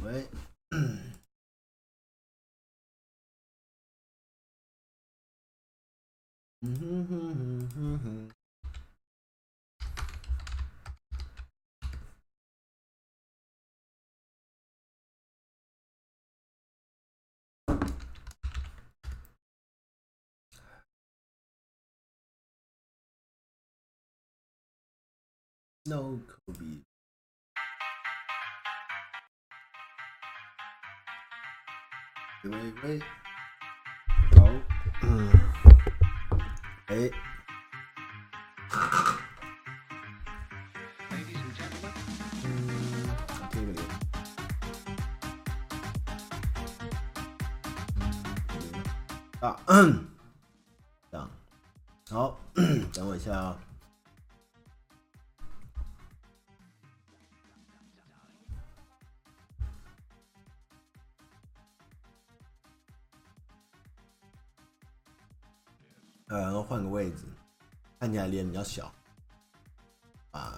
喂，嗯哼哼哼哼哼 No Kobe，喂，好，哎，贴个脸，啊，这样，好，等我一下啊、然后换个位置，看起来脸比较小啊。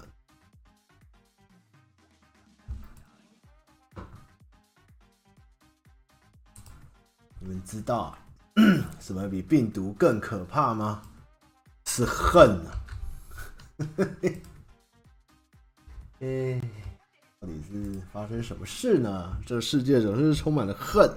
你们知道什么比病毒更可怕吗？是恨啊！哎，到底是发生什么事呢？这个世界总是充满了恨。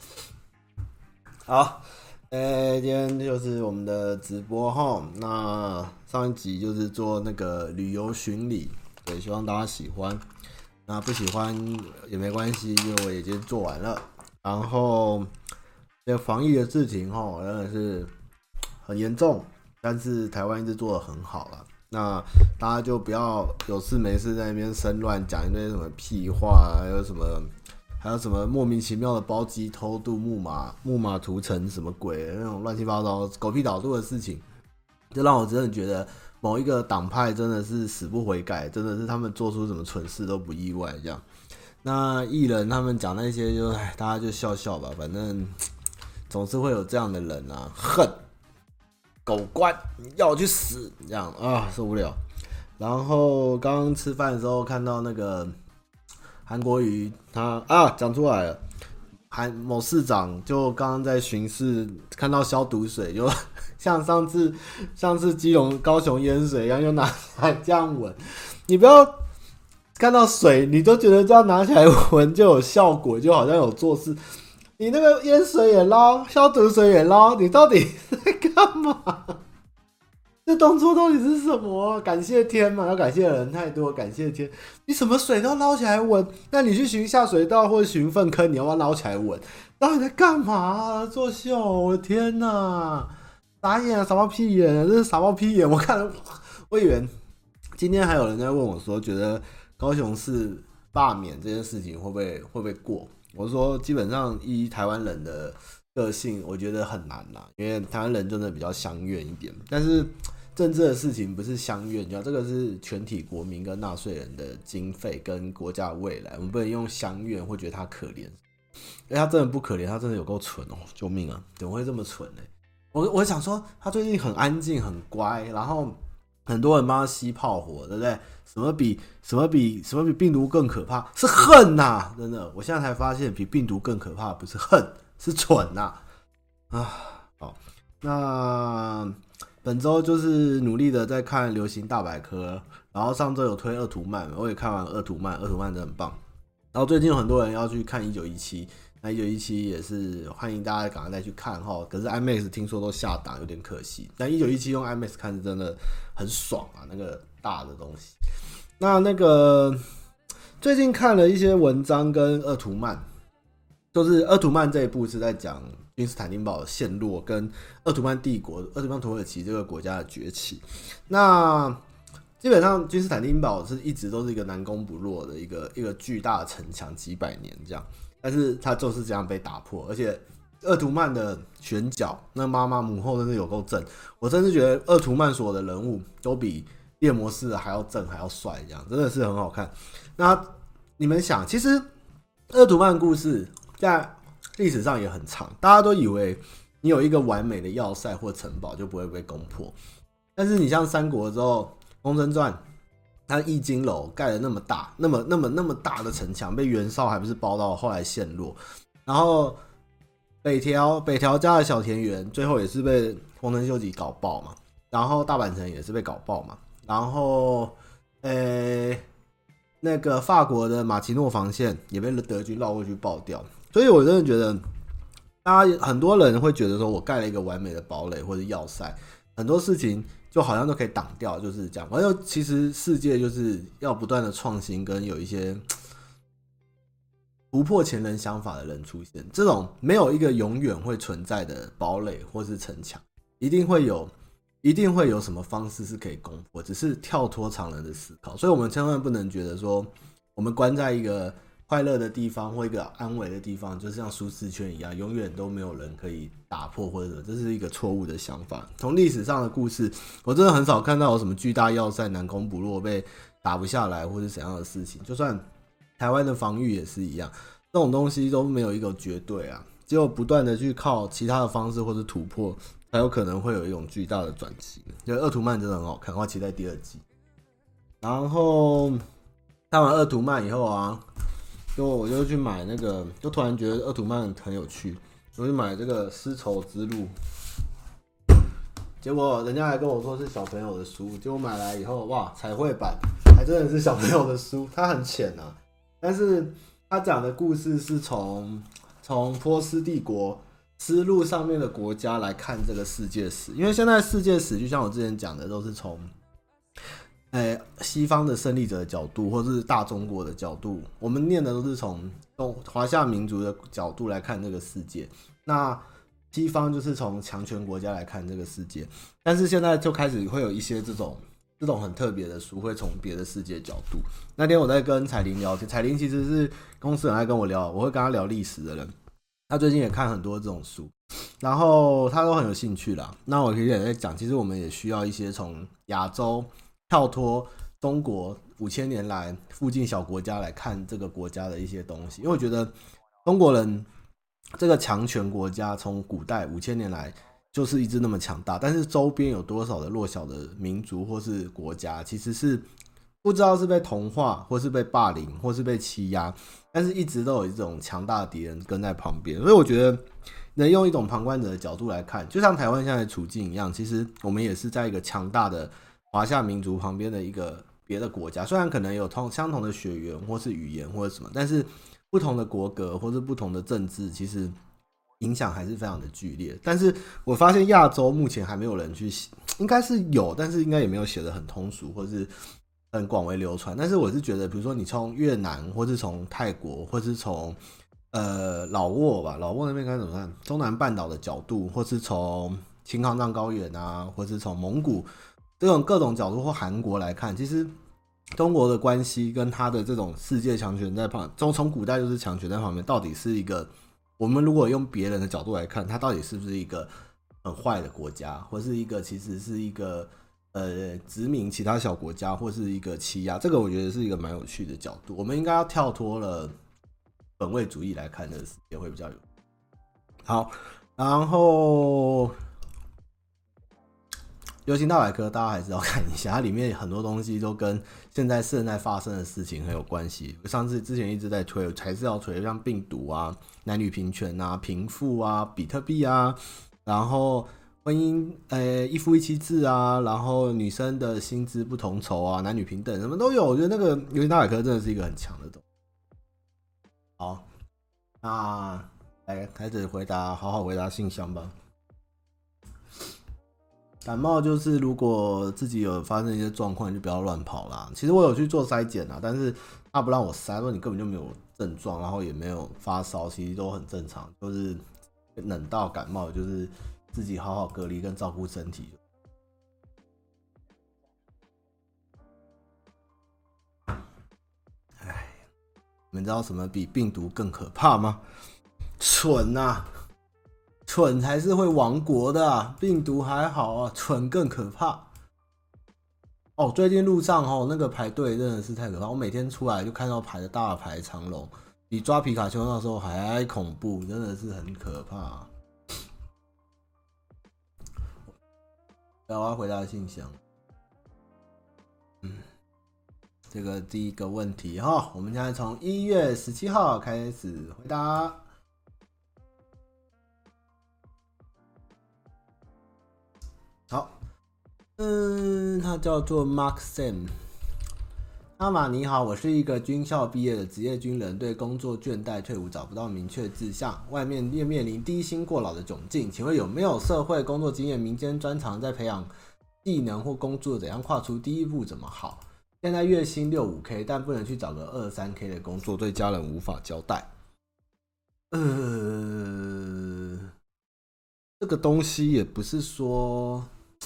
好，今天就是我们的直播哈。那上一集就是做那个旅游巡礼，对，希望大家喜欢。那不喜欢也没关系，因为我已经做完了。然后这个防疫的事情哈，真的是很严重，但是台湾一直做得很好了。那大家就不要有事没事在那边生乱讲一堆什么屁话，还有什么莫名其妙的包机偷渡、木马屠城什么鬼那种乱七八糟、狗屁倒灶的事情，就让我真的觉得某一个党派真的是死不悔改，真的是他们做出什么蠢事都不意外这样。那艺人他们讲那些就大家就笑笑吧，反正总是会有这样的人啊，恨。狗官要我去死，这样啊受不了。然后刚刚吃饭的时候看到那个韩国瑜，他讲出来了，某市长就刚刚在巡视，看到消毒水，就像上次高雄淹水一样，就拿起来这样闻。你不要看到水，你都觉得这样拿起来闻就有效果，就好像有做事。你那个淹水也捞，消毒水也捞，你到底在干嘛？这动作到底是什么？感谢天嘛，要感谢的人太多，感谢天。你什么水都捞起来闻，那你去巡下水道或者巡粪坑，你要不要捞起来闻？到底在干嘛？作秀！我的天哪，傻眼啊，傻爆屁眼啊，这是傻爆屁眼！我看了，我以为今天还有人在问我说，觉得高雄市罢免这件事情会不会过？我说基本上依台湾人的个性，我觉得很难啦，因为台湾人真的比较相怨一点。但是政治的事情不是相怨，这个是全体国民跟纳税人的经费跟国家的未来，我们不能用相怨或觉得他可怜。因为他真的不可怜，他真的有够蠢哦！救命啊，怎么会这么蠢呢？我想说，他最近很安静很乖，然后很多人帮他吸炮火，对不对？什么比病毒更可怕？是恨呐！真的，我现在才发现，比病毒更可怕不是恨，是蠢呐！好，那本周就是努力的在看流行大百科，然后上周有推二图漫，我也看完二图漫真的很棒。然后最近有很多人要去看1917，那1917也是欢迎大家赶快再去看哈。可是 IMAX 听说都下档，有点可惜。但1917用 IMAX 看是真的很爽啊，那个大的东西。那个最近看了一些文章跟二图漫，就是二图漫这一部是在讲君士坦丁堡的陷落跟鄂图曼帝国、鄂图曼土耳其这个国家的崛起。那基本上君士坦丁堡是一直都是一个南攻不弱的一个巨大的城墙，几百年这样，但是它就是这样被打破，而且鄂图曼的选角，那妈妈母后真是有够正，我真是觉得鄂图曼所有的人物都比猎魔士还要正还要帅，这样真的是很好看。那你们想，其实鄂图曼故事在历史上也很长，大家都以为你有一个完美的要塞或城堡就不会被攻破，但是你像三国之后。公孙传， 它易经楼盖了那么大，那么大的城墙，被袁绍还不是包到后来陷落，然后北条家的小田园最后也是被丰臣秀吉搞爆嘛，然后大阪城也是被搞爆嘛，然后那个法国的马奇诺防线也被德军绕过去爆掉，所以我真的觉得，大家很多人会觉得说我盖了一个完美的堡垒或者要塞，很多事情就好像都可以挡掉，就是这样。反正其实世界就是要不断的创新，跟有一些突破前人想法的人出现。这种没有一个永远会存在的堡垒或是城墙，一定会有什么方式是可以攻破，只是跳脱常人的思考。所以我们千万不能觉得说，我们关在一个快乐的地方或一个安稳的地方，就像舒适圈一样，永远都没有人可以打破，或者这是一个错误的想法。从历史上的故事，我真的很少看到有什么巨大要塞南攻不落被打不下来，或是怎样的事情。就算台湾的防御也是一样，这种东西都没有一个绝对啊，只有不断的去靠其他的方式或是突破，才有可能会有一种巨大的转机。就鄂图曼真的很好看，我期待第2季。然后看完鄂图曼以后啊，我就去买那个，就突然觉得鄂图曼很有趣，我就买这个丝绸之路。结果人家还跟我说是小朋友的书，结果买来以后，哇，彩绘版还真的是小朋友的书，它很浅啊，但是它讲的故事是从波斯帝国丝路上面的国家来看这个世界史，因为现在世界史就像我之前讲的，都是从西方的胜利者的角度，或是大中国的角度，我们念的都是从华夏民族的角度来看这个世界。那西方就是从强权国家来看这个世界，但是现在就开始会有一些这种很特别的书，会从别的世界角度。那天我在跟彩玲聊天，彩玲其实是公司很爱跟我聊，我会跟她聊历史的人，她最近也看很多这种书，然后她都很有兴趣啦。那我其实也在讲，其实我们也需要一些从亚洲跳脱中国5000年来附近小国家来看这个国家的一些东西，因为我觉得中国人这个强权国家从古代5000年来就是一直那么强大，但是周边有多少的弱小的民族或是国家，其实是不知道是被同化，或是被霸凌，或是被欺压，但是一直都有一种强大的敌人跟在旁边。所以我觉得能用一种旁观者的角度来看，就像台湾现在的处境一样，其实我们也是在一个强大的华夏民族旁边的一个别的国家，虽然可能有相同的血缘或是语言或者什么，但是不同的国格或是不同的政治，其实影响还是非常的剧烈。但是我发现亚洲目前还没有人去写，应该是有，但是应该也没有写得很通俗或是很广为流传。但是我是觉得，比如说你从越南，或是从泰国，或是从老挝吧，老挝那边该怎么看？中南半岛的角度，或是从青藏高原啊，或是从蒙古这种各种角度，或韩国来看，其实中国的关系跟他的这种世界强权在旁，从古代就是强权在旁边，到底是一个我们如果用别人的角度来看，它到底是不是一个很坏的国家，或是一个其实是一个殖民其他小国家，或是一个欺压？这个我觉得是一个蛮有趣的角度。我们应该要跳脱了本位主义来看这个世界会比较有好。然后流行大百科大家还是要看一下，它里面很多东西都跟现在发生的事情很有关系。上次之前一直在推，还是要推，像病毒啊、男女平权啊、贫富啊、比特币啊，然后婚姻一夫一妻制啊，然后女生的薪资不同酬啊，男女平等什么都有。我觉得那个流行大百科真的是一个很强的东西。好，那来开始好好回答信箱吧。感冒就是如果自己有发生一些状况，就不要乱跑啦。其实我有去做筛检啦，但是他不让我筛，说你根本就没有症状，然后也没有发烧，其实都很正常。就是冷到感冒，就是自己好好隔离跟照顾身体。哎，你们知道什么比病毒更可怕吗？蠢啊！蠢才是会亡国的啊，病毒还好啊，蠢更可怕。哦，最近路上那个排队真的是太可怕，我每天出来就看到排的大排长龙，比抓皮卡丘那时候还恐怖，真的是很可怕。我要回答信箱。 这个第一个问题哈，我们现在从1月17号开始回答。好，他叫做 Mark Sam。阿玛你好，我是一个军校毕业的职业军人，对工作倦怠，退伍找不到明确志向，外面也面临低薪过劳的窘境，请问有没有社会工作经验、民间专长在培养技能或工作，怎样跨出第一步怎么好？现在月薪65K， 但不能去找个23K 的工作，对家人无法交代。这个东西也不是说，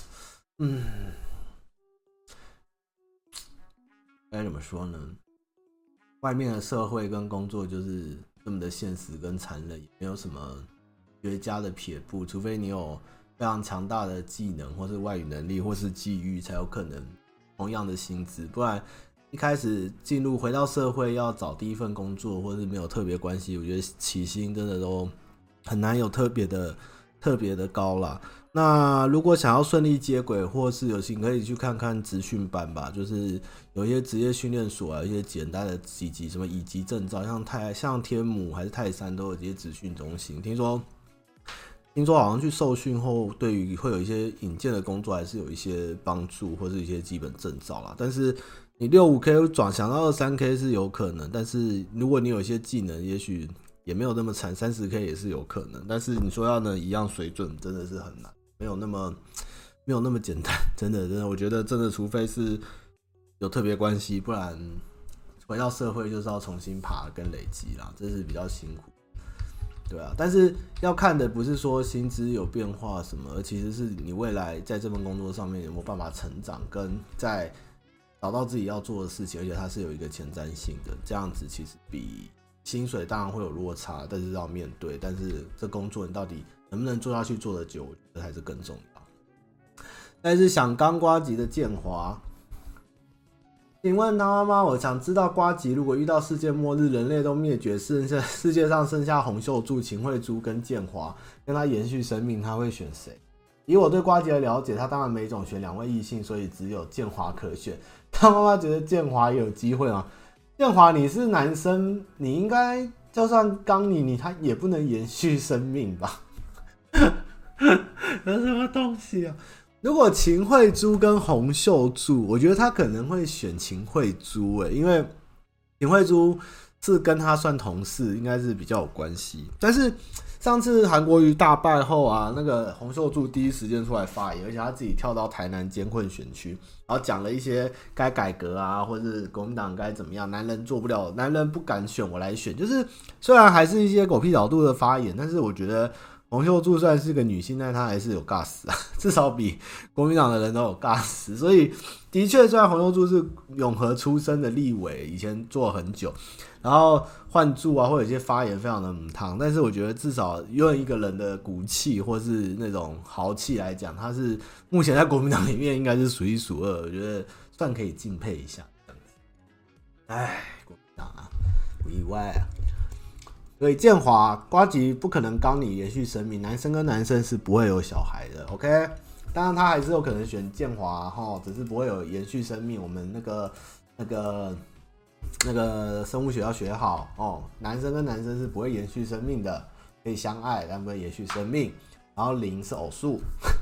该怎么说呢？外面的社会跟工作就是这么的现实跟残忍，也没有什么绝佳的撇步，除非你有非常强大的技能，或是外语能力，或是际遇，才有可能同样的薪资。不然一开始回到社会要找第一份工作，或是没有特别关系，我觉得起薪真的都很难有特别的高啦。那如果想要顺利接轨，或是有心可以去看看职训班吧，就是有一些职业训练所啊，一些简单的几级什么乙级证照，像天母还是泰山都有这些职训中心。听说好像去受训后，对于会有一些引荐的工作还是有一些帮助，或是一些基本证照啦。但是你65K 想到23K 是有可能，但是如果你有一些技能，也许也没有那么惨，30K 也是有可能。但是你说要能一样水准，真的是很难。没有那么简单，真的，我觉得真的，除非是有特别关系，不然回到社会就是要重新爬跟累积啦，这是比较辛苦，对啊。但是要看的不是说薪资有变化什么，而其实是你未来在这份工作上面有没有办法成长，跟在找到自己要做的事情，而且它是有一个前瞻性的，这样子其实比薪水当然会有落差，但是要面对，但是这工作你到底能不能做下去做得久，我觉得还是更重要。但是想刚呱吉的建华，请问他妈妈，我想知道呱吉如果遇到世界末日，人类都灭绝，世界上剩下洪秀柱、秦慧珠跟建华，跟他延续生命，他会选谁？以我对呱吉的了解，他当然每种选2位异性，所以只有建华可选。他妈妈觉得建华也有机会吗？建华，你是男生，你应该就算刚他也不能延续生命吧？那什么东西啊？如果秦慧珠跟洪秀柱，我觉得他可能会选秦慧珠因为秦慧珠是跟他算同事，应该是比较有关系。但是上次韩国瑜大败后啊，那个洪秀柱第一时间出来发言，而且他自己跳到台南艰困选区，然后讲了一些该改革啊，或是国民党该怎么样，男人做不了，男人不敢选，我来选。就是虽然还是一些狗屁倒肚的发言，但是我觉得洪秀柱虽然是个女性，但她还是有尬死啊，至少比国民党的人都有尬死。所以的确，虽然洪秀柱是永和出身的立委，以前做很久，然后换柱啊，或者一些发言非常的母汤，但是我觉得至少用一个人的骨气或是那种豪气来讲，他是目前在国民党里面应该是数1数2，我觉得算可以敬佩一下。哎，国民党啊，不意外啊。所以建华呱吉不可能刚你延续生命，男生跟男生是不会有小孩的 ，OK？ 当然他还是有可能选建华只是不会有延续生命。我们那个生物学要学好男生跟男生是不会延续生命的，可以相爱但不会延续生命。然后0是偶数。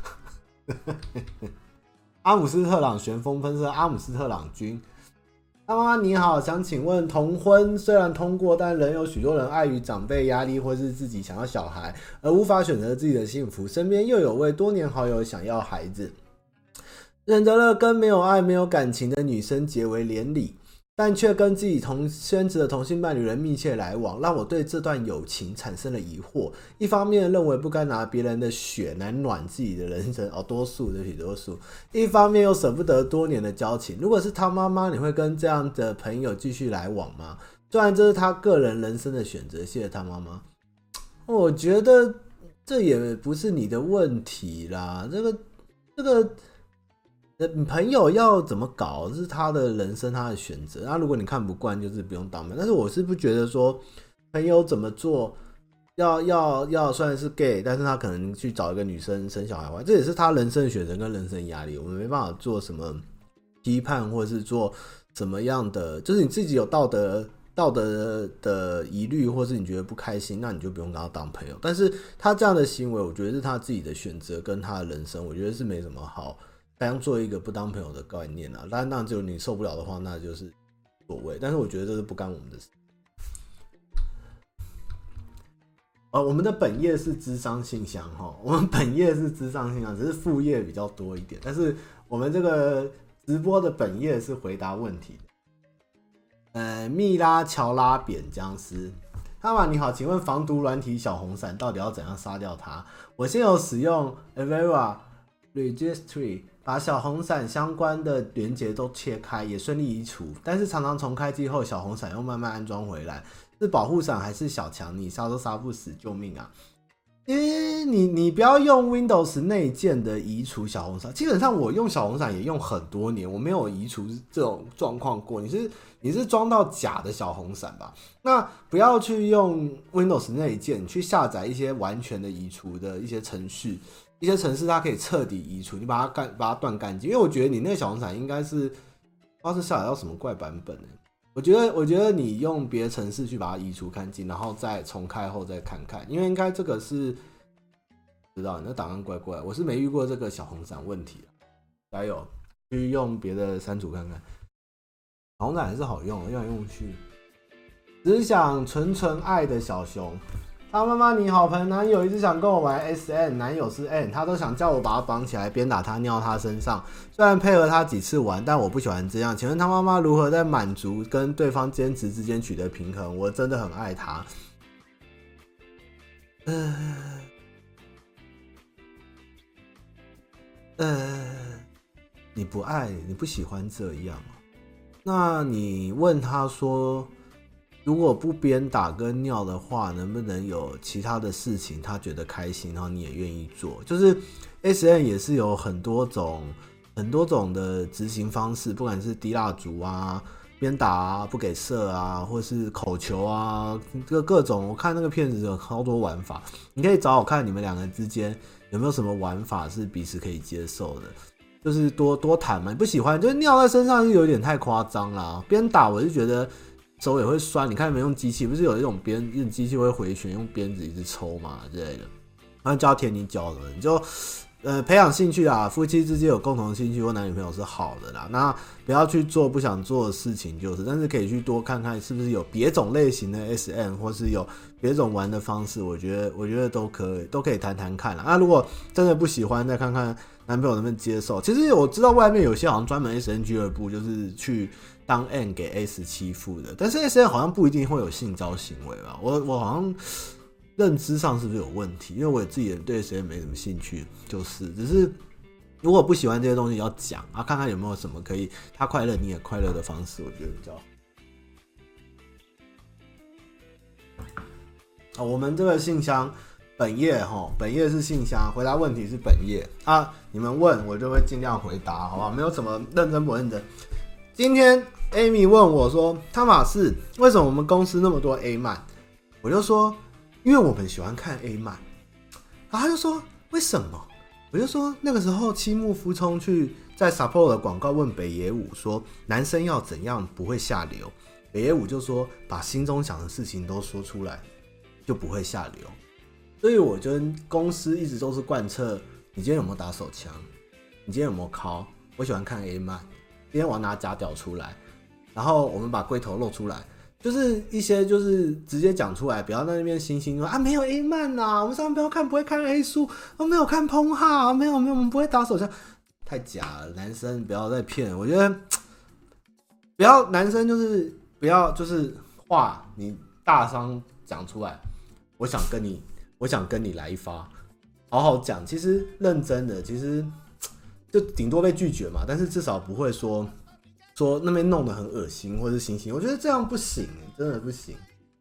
阿姆斯特朗旋风喷射，阿姆斯特朗军。妈妈你好，想请问同婚虽然通过，但仍有许多人碍于长辈压力或是自己想要小孩而无法选择自己的幸福，身边又有位多年好友想要孩子，选择了跟没有爱没有感情的女生结为连理，但却跟自己同圈子的同性伴侣人密切来往，让我对这段友情产生了疑惑。一方面认为不该拿别人的血来暖自己的人生，多数。一方面又舍不得多年的交情。如果是他妈妈，你会跟这样的朋友继续来往吗？虽然这是他个人人生的选择，谢谢他妈妈。我觉得这也不是你的问题啦，这个。朋友要怎么搞是他的人生他的选择，那如果你看不惯就是不用当面。但是我是不觉得说朋友怎么做要虽然是 gay， 但是他可能去找一个女生生小孩，这也是他人生的选择跟人生压力，我们没办法做什么批判或者是做什么样的，就是你自己有道德的疑虑，或是你觉得不开心，那你就不用跟他当朋友。但是他这样的行为，我觉得是他自己的选择跟他的人生，我觉得是没什么好当做一个不当朋友的概念啊。当然，那只有你受不了的话，那就是所谓。但是我觉得这是不干我们的事。我们的本业是諮商信箱哈，我们本业是諮商信箱，只是副业比较多一点。但是我们这个直播的本业是回答问题的。蜜拉乔拉扁僵尸，哈马你好，请问防毒软体小红伞到底要怎样杀掉它？我现有使用 Avera Registry 把小红伞相关的连结都切开，也顺利移除，但是常常重开机后，小红伞又慢慢安装回来，是保护伞还是小强？你杀都杀不死，救命啊！你不要用 Windows 内建的移除小红伞。基本上我用小红伞也用很多年，我没有移除这种状况过。你是装到假的小红伞吧？那不要去用 Windows 内建，去下载一些完全的移除的一些程序，一些程式它可以彻底移除，你把它断干净。因为我觉得你那个小红伞应该是不知道是下载到什么怪版本的。我觉得你用别的程式去把它移除干净，然后再重开后再看看，因为应该这个是知道你的档案怪怪，我是没遇过这个小红伞问题。加油，去用别的删除看看。小红伞还是好用，用来用去。只想纯爱的小熊，他妈妈你好，朋友男友一直想跟我玩 SN， 男友是 N， 他都想叫我把他绑起来鞭打他尿他身上，虽然配合他几次玩，但我不喜欢这样。请问他妈妈如何在满足跟对方坚持之间取得平衡？我真的很爱他。你不爱，你不喜欢这样啊？那你问他说，如果不鞭打跟尿的话，能不能有其他的事情他觉得开心，然后你也愿意做？就是 SM 也是有很多种的执行方式，不管是滴蜡烛啊、鞭打啊、不给射啊，或是口球啊，各种。我看那个片子有好多玩法，你可以找我看你们两个之间有没有什么玩法是彼此可以接受的。就是多谈嘛，你不喜欢就是尿在身上是有点太夸张啦。鞭打我是觉得手也会酸，你看你们用机器不是有一种机器会回旋，用鞭子一直抽嘛之类的，然后教甜泥教的，你就培养兴趣啊，夫妻之间有共同兴趣或男女朋友是好的啦。那不要去做不想做的事情，但是可以去多看看是不是有别种类型的 SM， 或是有别种玩的方式，我觉得都可以谈谈看啦。那如果真的不喜欢，再看看男朋友能不能接受。其实我知道外面有些好像专门 SN 俱乐部，就是去当 N 给 S 欺负的，但是 SN 好像不一定会有性交行为吧？我好像认知上是不是有问题？因为我自己对 SN 没什么兴趣，只是如果不喜欢这些东西要讲啊，看看有没有什么可以他快乐你也快乐的方式，我觉得比较好。我们这个信箱本业是信箱，回答问题是本业啊，你们问我就会尽量回答，好不好？没有什么认真不认真。今天 Amy 问我说：“汤马士，为什么我们公司那么多 A 漫？”我就说：“因为我们喜欢看 A 漫。”然后他就说：“为什么？”我就说：“那个时候七木夫冲去在 Sapporo 的广告问北野武说，男生要怎样不会下流？北野武就说：把心中想的事情都说出来，就不会下流。所以我跟公司一直都是贯彻：你今天有没有打手枪？你今天有没有敲？我喜欢看 A 漫。今天我要拿假屌出来，然后我们把龟头露出来。”就是一些就是直接讲出来，不要在那边星星说啊没有 A 漫啦，我们上面不会看 A 书，没有看烹哈，没有我们不会打手枪，太假了，男生不要再骗。我觉得不要男生就是不要就是话你大声讲出来，我想跟你来一发，好好讲。其实认真的，其实就顶多被拒绝嘛，但是至少不会说那边弄得很恶心或是星星，我觉得这样不行，真的不行。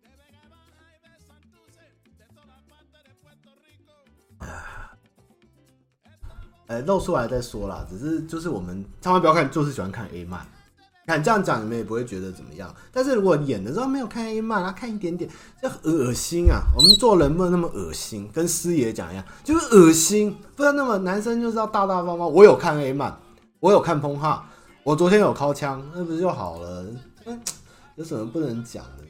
露出来再说啦，只是就是我们千万不要看，就是喜欢看 A 漫。看这样讲你们也不会觉得怎么样，但是如果演的时候没有看 A 漫，看一点点，这恶心啊！我们做人不能那么恶心，跟师爷讲一样，就是恶心，不然那么男生就是要大大方方。我有看 A 漫，我有看烹哈。 我昨天有靠枪，那不是就好了？有什么不能讲的？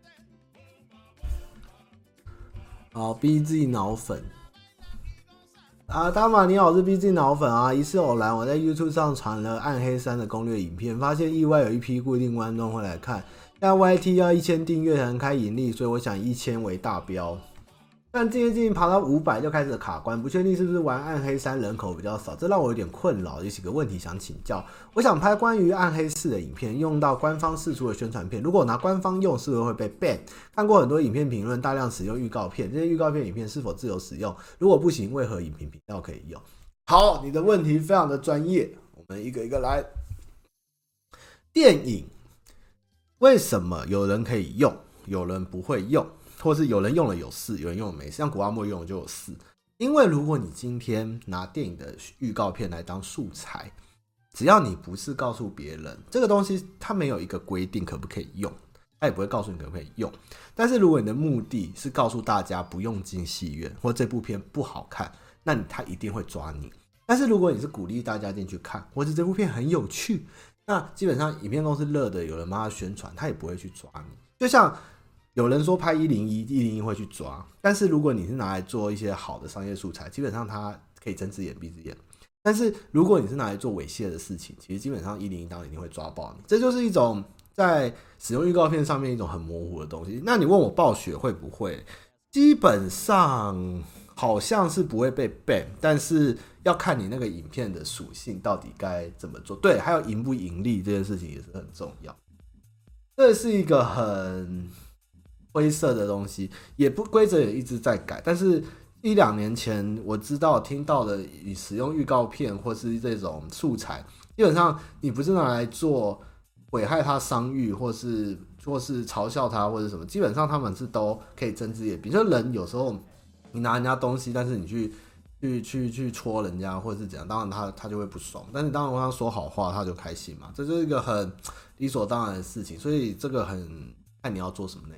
好 ，BZ 脑粉啊，大马你好，我是 BZ 脑粉啊。一次偶然，我在 YouTube 上传了暗黑3的攻略影片，发现意外有一批固定观众会来看。但 YT 要1000订阅才能开盈利，所以我想1000为大标。但渐爬到500就开始卡关，不确定是不是玩暗黑3人口比较少，这让我有点困扰，有几个问题想请教。我想拍关于暗黑4的影片，用到官方释出的宣传片，如果我拿官方用，是不是会被 ban？ 看过很多影片评论，大量使用预告片，这些预告片影片是否自由使用？如果不行，为何影评频道可以用？好，你的问题非常的专业，我们一个一个来。电影为什么有人可以用，有人不会用？或是有人用了有事，有人用了没事，像古阿莫用了就有事。因为如果你今天拿电影的预告片来当素材，只要你不是告诉别人这个东西，它没有一个规定可不可以用，它也不会告诉你可不可以用。但是如果你的目的是告诉大家不用进戏院，或这部片不好看，那他一定会抓你。但是如果你是鼓励大家进去看，或是这部片很有趣，那基本上影片公司热的，有人帮他宣传，他也不会去抓你。就像有人说拍101会去抓，但是如果你是拿来做一些好的商业素材，基本上它可以睁只眼闭只眼。但是如果你是拿来做猥亵的事情，其实基本上101当然一定会抓爆你。这就是一种在使用预告片上面一种很模糊的东西。那你问我暴雪会不会？基本上好像是不会被 ban， 但是要看你那个影片的属性到底该怎么做。对，还有盈不盈利这件事情也是很重要。这是一个很灰色的东西，也不规则也一直在改，但是1-2年前我知道听到的使用预告片或是这种素材，基本上你不是拿来做毁害他商誉或是嘲笑他或者什么，基本上他们是都可以睁只眼闭。就人有时候你拿人家东西，但是你去戳人家或者是怎样，当然他就会不爽，但是当然我跟他说好话他就开心嘛，这就是一个很理所当然的事情，所以这个很看你要做什么内容。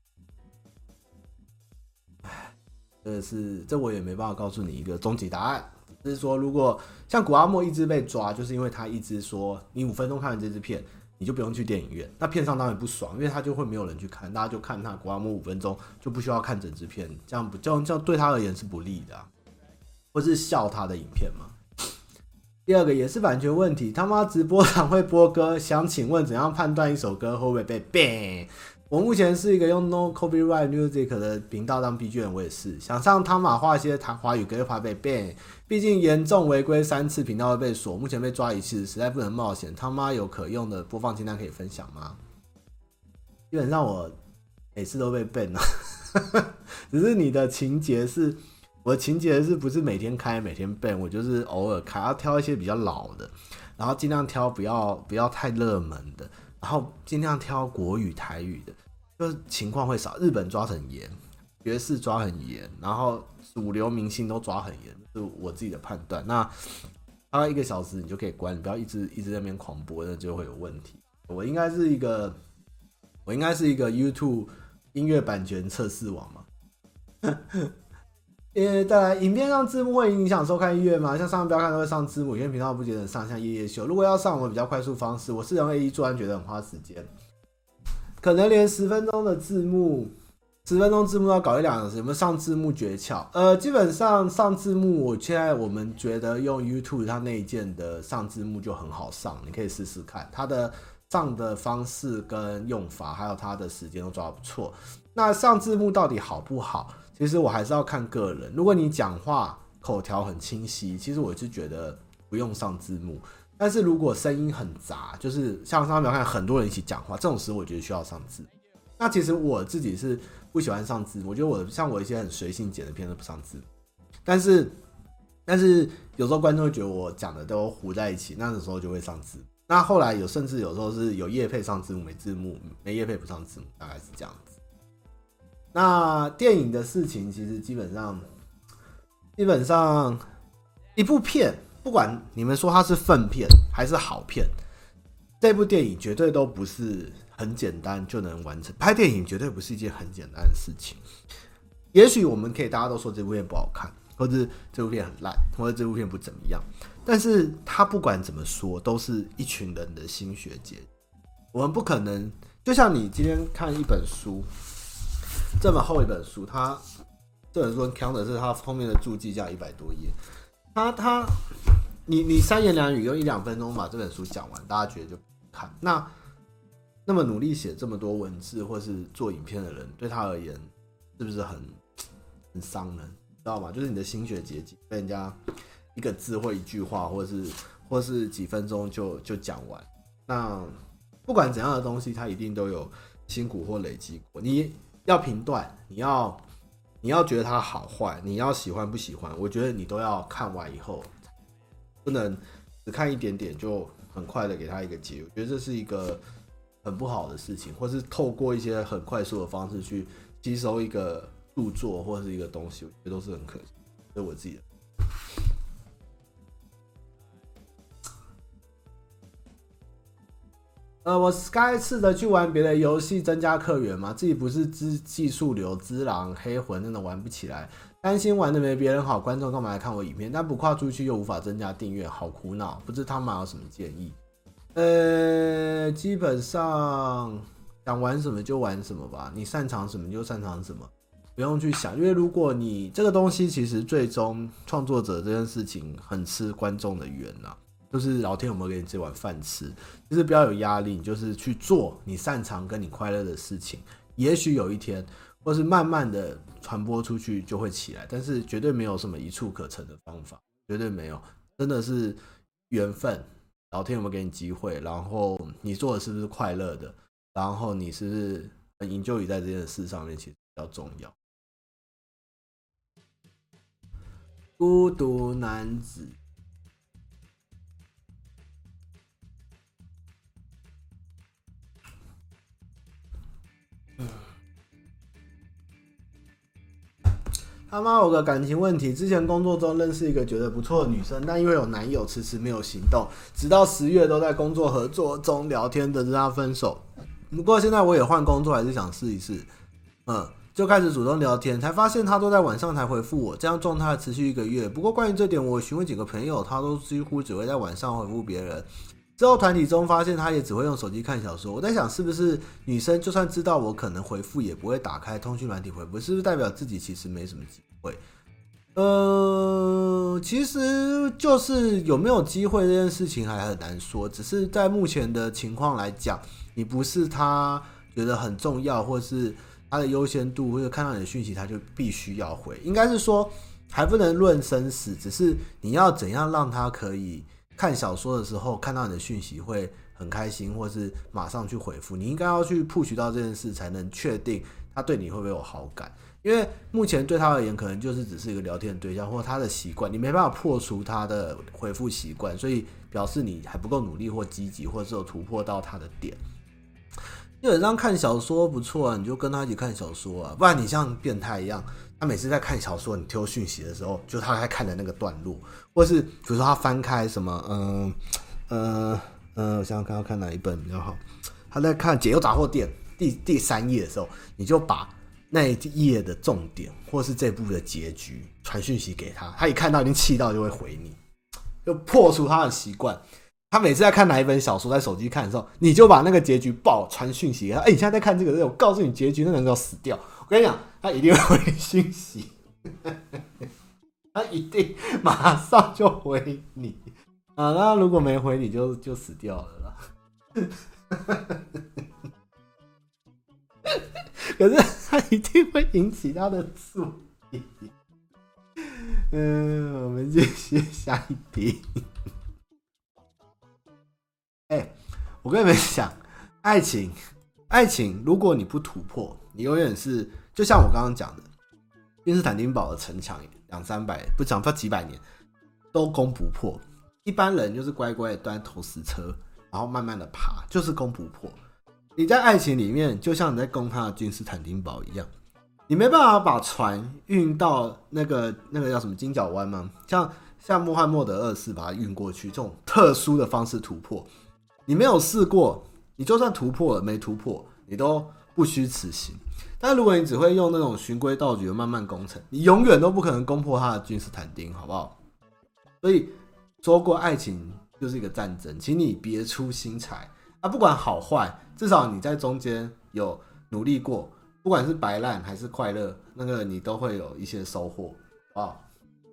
这我也没办法告诉你一个终极答案，只是说如果像古阿莫一直被抓，就是因为他一直说你5分钟看完这支片你就不用去电影院，那片商当然不爽，因为他就会没有人去看，大家就看他古阿莫5分钟就不需要看整支片，这样对他而言是不利的或是笑他的影片嘛。第二个也是版权问题，他妈直播场会播歌，想请问怎样判断一首歌会不会被 ban？我目前是一个用 No Copyright Music 的频道当 BGM， 我也是想上他马画一些华语歌又怕被 ban， 毕竟严重违规3次频道会被锁，目前被抓1次，实在不能冒险。他妈有可用的播放清单可以分享吗？基本上我每次都被 ban 只是你的情节是，我的情节是不是每天开每天 ban， 我就是偶尔开，要挑一些比较老的，然后尽量挑不要太热门的。然后尽量挑国语台语的，就是情况会少。日本抓很严，爵士抓很严，然后主流明星都抓很严，这是我自己的判断。那大概1个小时你就可以关，你不要一直在那边狂播，那就会有问题。我应该是一个 YouTube 音乐版权测试网嘛。再来，影片上字幕会影响收看意愿吗？像上面不要看都会上字幕，有些频道不节省上，像夜夜秀。如果要上，我比较快速方式，我是用 AE 做完觉得很花时间，可能连10分钟的字幕，10分钟字幕要搞1-2小时，有没有上字幕诀窍？基本上上字幕，我们觉得用 YouTube 它那一件的上字幕就很好上，你可以试试看，它的上的方式跟用法，还有它的时间都抓得不错。那上字幕到底好不好？其实我还是要看个人，如果你讲话口条很清晰，其实我是觉得不用上字幕。但是如果声音很杂，就是像上面看很多人一起讲话，这种时候我觉得需要上字。那其实我自己是不喜欢上字，我觉得像我一些很随性剪的片都不上字。但是有时候观众会觉得我讲的都糊在一起，那时候就会上字。那后来甚至有时候是有业配上字幕，没字幕没业配不上字幕，大概是这样子。那电影的事情其实基本上一部片，不管你们说它是粪片还是好片，这部电影绝对都不是很简单就能完成。拍电影绝对不是一件很简单的事情。也许我们可以大家都说这部片不好看， 或者这部片很烂，或者这部片不怎么样。但是他不管怎么说，都是一群人的心血结晶。我们不可能，就像你今天看一本书，这么厚一本书，这本书很强的是它后面的注记加100多页，你三言两语用1-2分钟把这本书讲完，大家觉得就看。那么努力写这么多文字或是做影片的人，对他而言是不是很伤人？知道吗？就是你的心血结晶被人家一个字或一句话，或是几分钟就讲完。那不管怎样的东西，它一定都有辛苦或累积过。你要评断，你要觉得它好坏，你要喜欢不喜欢，我觉得你都要看完以后，不能只看一点点就很快的给它一个结。我觉得这是一个很不好的事情，或是透过一些很快速的方式去吸收一个著作或是一个东西，我觉得都是很可惜。这是我自己的。我 Sky 次的去玩别的游戏增加客源嘛，自己不是技术流、只狼、黑魂，真的玩不起来，担心玩的没别人好，观众干嘛来看我影片？但不跨出去又无法增加订阅，好苦恼。不知他们有什么建议？基本上想玩什么就玩什么吧，你擅长什么就擅长什么，不用去想，因为如果你这个东西其实最终创作者这件事情很吃观众的缘啦。就是老天有没有给你这碗饭吃，就是不要有压力，你就是去做你擅长跟你快乐的事情，也许有一天或是慢慢的传播出去就会起来，但是绝对没有什么一触可成的方法，绝对没有，真的是缘分，老天有没有给你机会，然后你做的是不是快乐的，然后你是不是很enjoy在这件事上面，其实比较重要。孤独男子他妈有个感情问题，之前工作中认识一个觉得不错的女生，但因为有男友迟迟没有行动，直到10月都在工作合作中聊天得知他分手。不过现在我也换工作，还是想试一试，就开始主动聊天，才发现他都在晚上才回复我，这样状态持续1个月。不过关于这点，我询问几个朋友，他都几乎只会在晚上回复别人。之后团体中发现他也只会用手机看小说，我在想是不是女生就算知道我可能回复也不会打开通讯软体回复，是不是代表自己其实没什么机会？其实就是有没有机会这件事情还很难说，只是在目前的情况来讲，你不是他觉得很重要，或是他的优先度，或者看到你的讯息他就必须要回，应该是说还不能论生死，只是你要怎样让他可以看小说的时候看到你的讯息会很开心，或是马上去回复，你应该要去 push 到这件事，才能确定他对你会不会有好感。因为目前对他而言，可能就是只是一个聊天的对象，或他的习惯，你没办法破除他的回复习惯，所以表示你还不够努力或积极，或是有突破到他的点。基本上看小说不错啊，你就跟他一起看小说啊，不然你像变态一样，他每次在看小说，你丢讯息的时候，就他在看的那个段落，或是比如说他翻开什么，我想想看要看哪一本比较好。他在看《解忧杂货店》第3页的时候，你就把那一页的重点，或是这部的结局传讯息给他，他一看到已经气到就会回你，就破除他的习惯。他每次在看哪一本小说，在手机看的时候，你就把那个结局传讯息给他。你现在在看这个，我告诉你结局，那个人要死掉。我跟你讲，他一定会回你讯息，他一定马上就回你啊！那如果没回你就死掉了啦。可是他一定会引起他的注意。我们继续下一题。我跟你们讲，爱情，如果你不突破，你永远是就像我刚刚讲的，君士坦丁堡的城墙200-300，不讲到几百年都攻不破。一般人就是乖乖的端投石车，然后慢慢的爬，就是攻不破。你在爱情里面，就像你在攻他的君士坦丁堡一样，你没办法把船运到那个叫什么金角湾吗？像穆罕默德2世把它运过去，这种特殊的方式突破。你没有试过，你就算突破了没突破，你都不虚此行。 但如果你只会用那种循规蹈矩的慢慢攻城，你永远都不可能攻破他的君士坦丁，好不好？所以说过，爱情就是一个战争，请你别出心裁啊！不管好坏，至少你在中间有努力过，不管是白烂还是快乐，那个你都会有一些收获，好不好？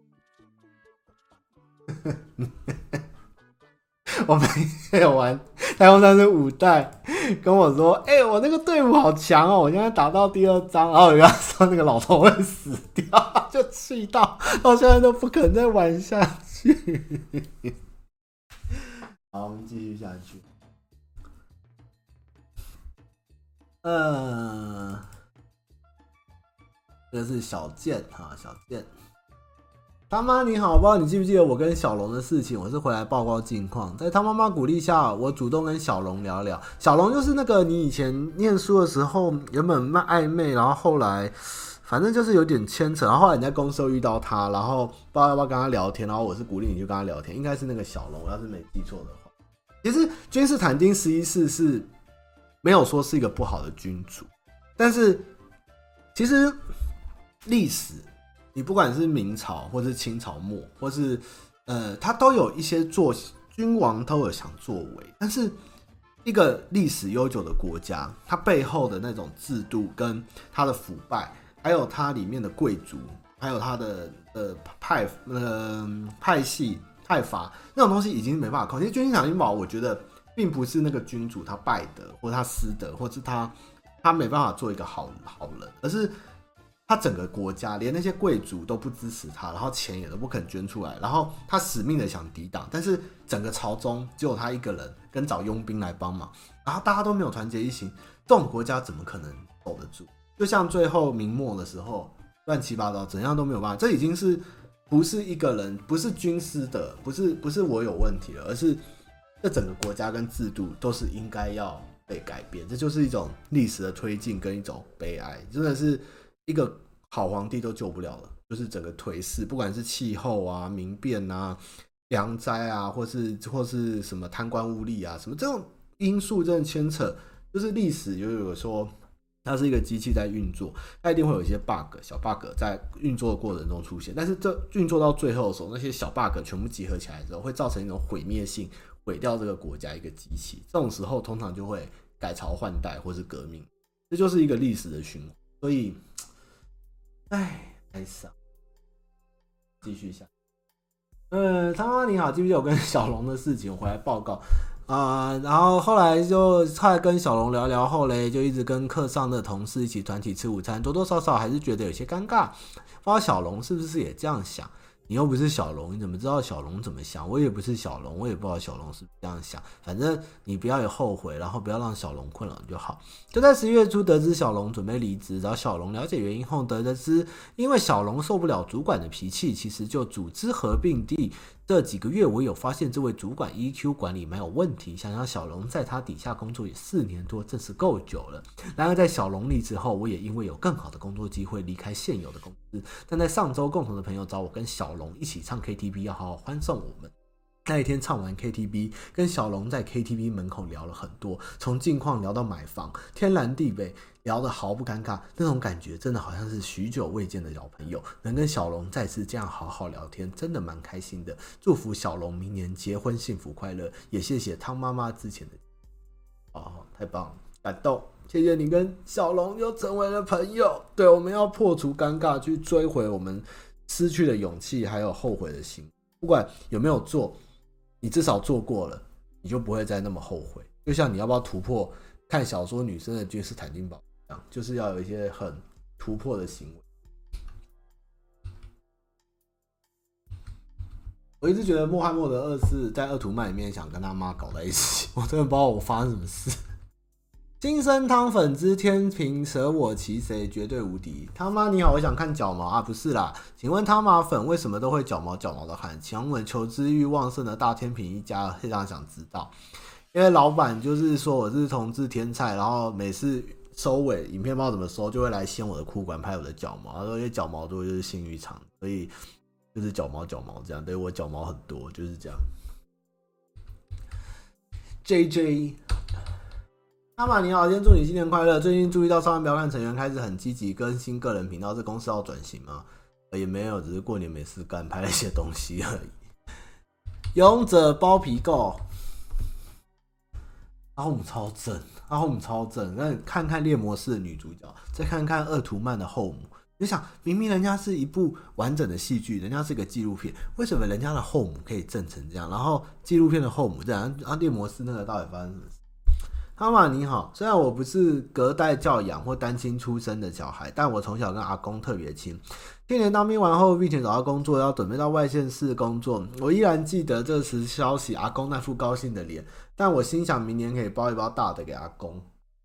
我朋友玩太空战士5代，跟我说：“我那个队伍好强哦，我现在打到第2章，然后我跟他说那个老头会死掉，就气到现在都不肯再玩下去。”好，我们继续下去。这是小健哈，小健。他妈你好，不知道你记不记得我跟小龙的事情？我是回来报告近况，在他妈妈鼓励下，我主动跟小龙聊聊。小龙就是那个你以前念书的时候原本暧昧，然后后来反正就是有点牵扯，然后后来你在公司又遇到他，然后不知道要不要跟他聊天，然后我是鼓励你去跟他聊天，应该是那个小龙，我要是没记错的话。其实君士坦丁11世是没有说是一个不好的君主，但是其实历史。你不管是明朝或是清朝末，或是他都有一些君王都有想作为，但是一个历史悠久的国家，它背后的那种制度跟它的腐败，还有它里面的贵族，还有它的派系派阀那种东西已经没办法控制。君士坦丁堡，我觉得并不是那个君主他败德，或他私德，或是他没办法做一个好人，而是。他整个国家连那些贵族都不支持他，然后钱也都不肯捐出来，然后他死命的想抵挡，但是整个朝中只有他一个人跟找佣兵来帮忙，然后大家都没有团结一心，这种国家怎么可能守得住？就像最后明末的时候乱七八糟，怎样都没有办法，这已经是不是一个人，不是军师的，不是我有问题了，而是这整个国家跟制度都是应该要被改变，这就是一种历史的推进跟一种悲哀，真的是。一个好皇帝都救不了了，就是整个颓势，不管是气候啊、民变啊、粮灾啊，或是什么贪官污吏啊，什么这种因素真的牵扯，就是历史有说它是一个机器在运作，它一定会有一些 bug 小 bug 在运作的过程中出现，但是这运作到最后的时候，那些小 bug 全部集合起来之后，会造成一种毁灭性，毁掉这个国家一个机器。这种时候通常就会改朝换代或是革命，这就是一个历史的循环，所以。太伤。继续下。他妈你好，记不记得我跟小龙的事情？我回来报告然后后来跟小龙聊聊后嘞，就一直跟课上的同事一起团体吃午餐，多多少少还是觉得有些尴尬。不知道小龙是不是也这样想？你又不是小龙，你怎么知道小龙怎么想？我也不是小龙，我也不知道小龙是不是这样想。反正你不要有后悔，然后不要让小龙困扰就好。就在11月初得知小龙准备离职，找小龙了解原因后得知，因为小龙受不了主管的脾气，其实就组织合并地这几个月，我有发现这位主管 EQ 管理蛮有问题。想想小龙在他底下工作也4年多，真是够久了。然而在小龙离职后，我也因为有更好的工作机会离开现有的公司。但在上周，共同的朋友找我跟小龙一起唱 KTV， 要好好欢送我们。那一天唱完 KTV， 跟小龙在 KTV 门口聊了很多，从近况聊到买房，天南地北，聊得毫不尴尬。那种感觉真的好像是许久未见的老朋友，能跟小龙再次这样好好聊天，真的蛮开心的。祝福小龙明年结婚幸福快乐，也谢谢汤妈妈之前的太棒了，感动。谢谢你跟小龙又成为了朋友。对，我们要破除尴尬，去追回我们失去的勇气，还有后悔的心。不管有没有做，你至少做过了，你就不会再那么后悔。就像你要不要突破看小说女生的君士坦丁堡一样，就是要有一些很突破的行为。我一直觉得穆罕默德2世在鄂图曼里面想跟他妈搞在一起，我真的不知道我发生什么事。金生汤粉之天平舍我其谁绝对无敌。汤妈你好，我想看脚毛啊，不是啦，请问汤妈粉为什么都会脚毛的喊？请问求知欲旺盛的大天平一家非常想知道，因为老板就是说我是同志天菜，然后每次收尾影片不知道怎么收，就会来掀我的裤管拍我的脚毛，他说因为脚毛多就是性欲长，所以就是脚毛这样，对我脚毛很多就是这样。JJ 阿玛你好，先祝你新年快乐。最近注意到上万标看成员开始很积极更新个人频道，这公司要转型吗？也没有，只是过年没事干，拍了一些东西而已。勇者包皮垢，阿姆超正，阿姆超正。那看看猎魔士的女主角，再看看鄂图曼的后母，你就想，明明人家是一部完整的戏剧，人家是个纪录片，为什么人家的后母可以正成这样，然后纪录片的后母这样？猎魔士那个到底发生什么事？哈玛你好，虽然我不是隔代教养或单亲出生的小孩，但我从小跟阿公特别亲。去年当兵完后，并且找到工作，要准备到外县市工作，我依然记得这时消息阿公那副高兴的脸，但我心想明年可以包一包大的给阿公，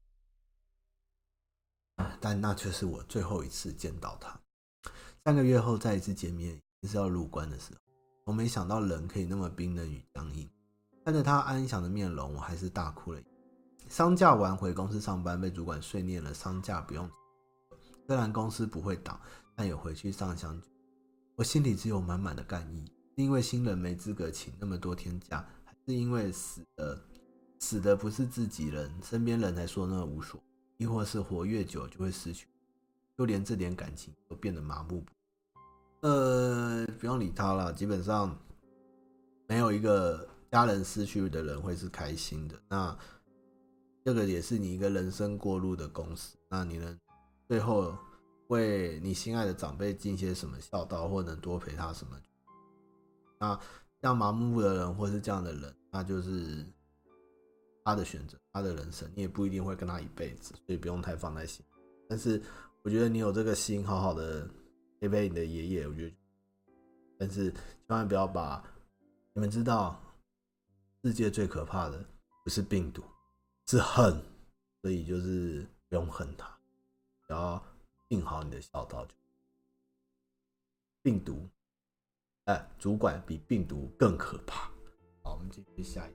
但那却是我最后一次见到他。3个月后再一次见面，是要入关的时候，我没想到人可以那么冰冷与僵硬。看着他安详的面容，我还是大哭了。丧假完回公司上班，被主管碎念了丧假不用。虽然公司不会挡，但有回去上香酒。我心里只有满满的干意，是因为新人没资格请那么多天假，还是因为死的不是自己人，身边人才说那无所谓，亦或是活越久就会失去，就连这点感情都变得麻木。不用理他了，基本上没有一个家人失去的人会是开心的。那这个也是你一个人生过路的公司，那你能最后为你心爱的长辈尽些什么孝道，或能多陪他什么？那这样麻木的人或是这样的人，那就是他的选择，他的人生，你也不一定会跟他一辈子，所以不用太放在心。但是我觉得你有这个心，好好的陪陪你的爷爷，我觉得，但是千万不要把你们知道，世界最可怕的不是病毒。是恨，所以就是不用恨他，只要尽好你的孝道就。病毒，主管比病毒更可怕。好，我们继续下一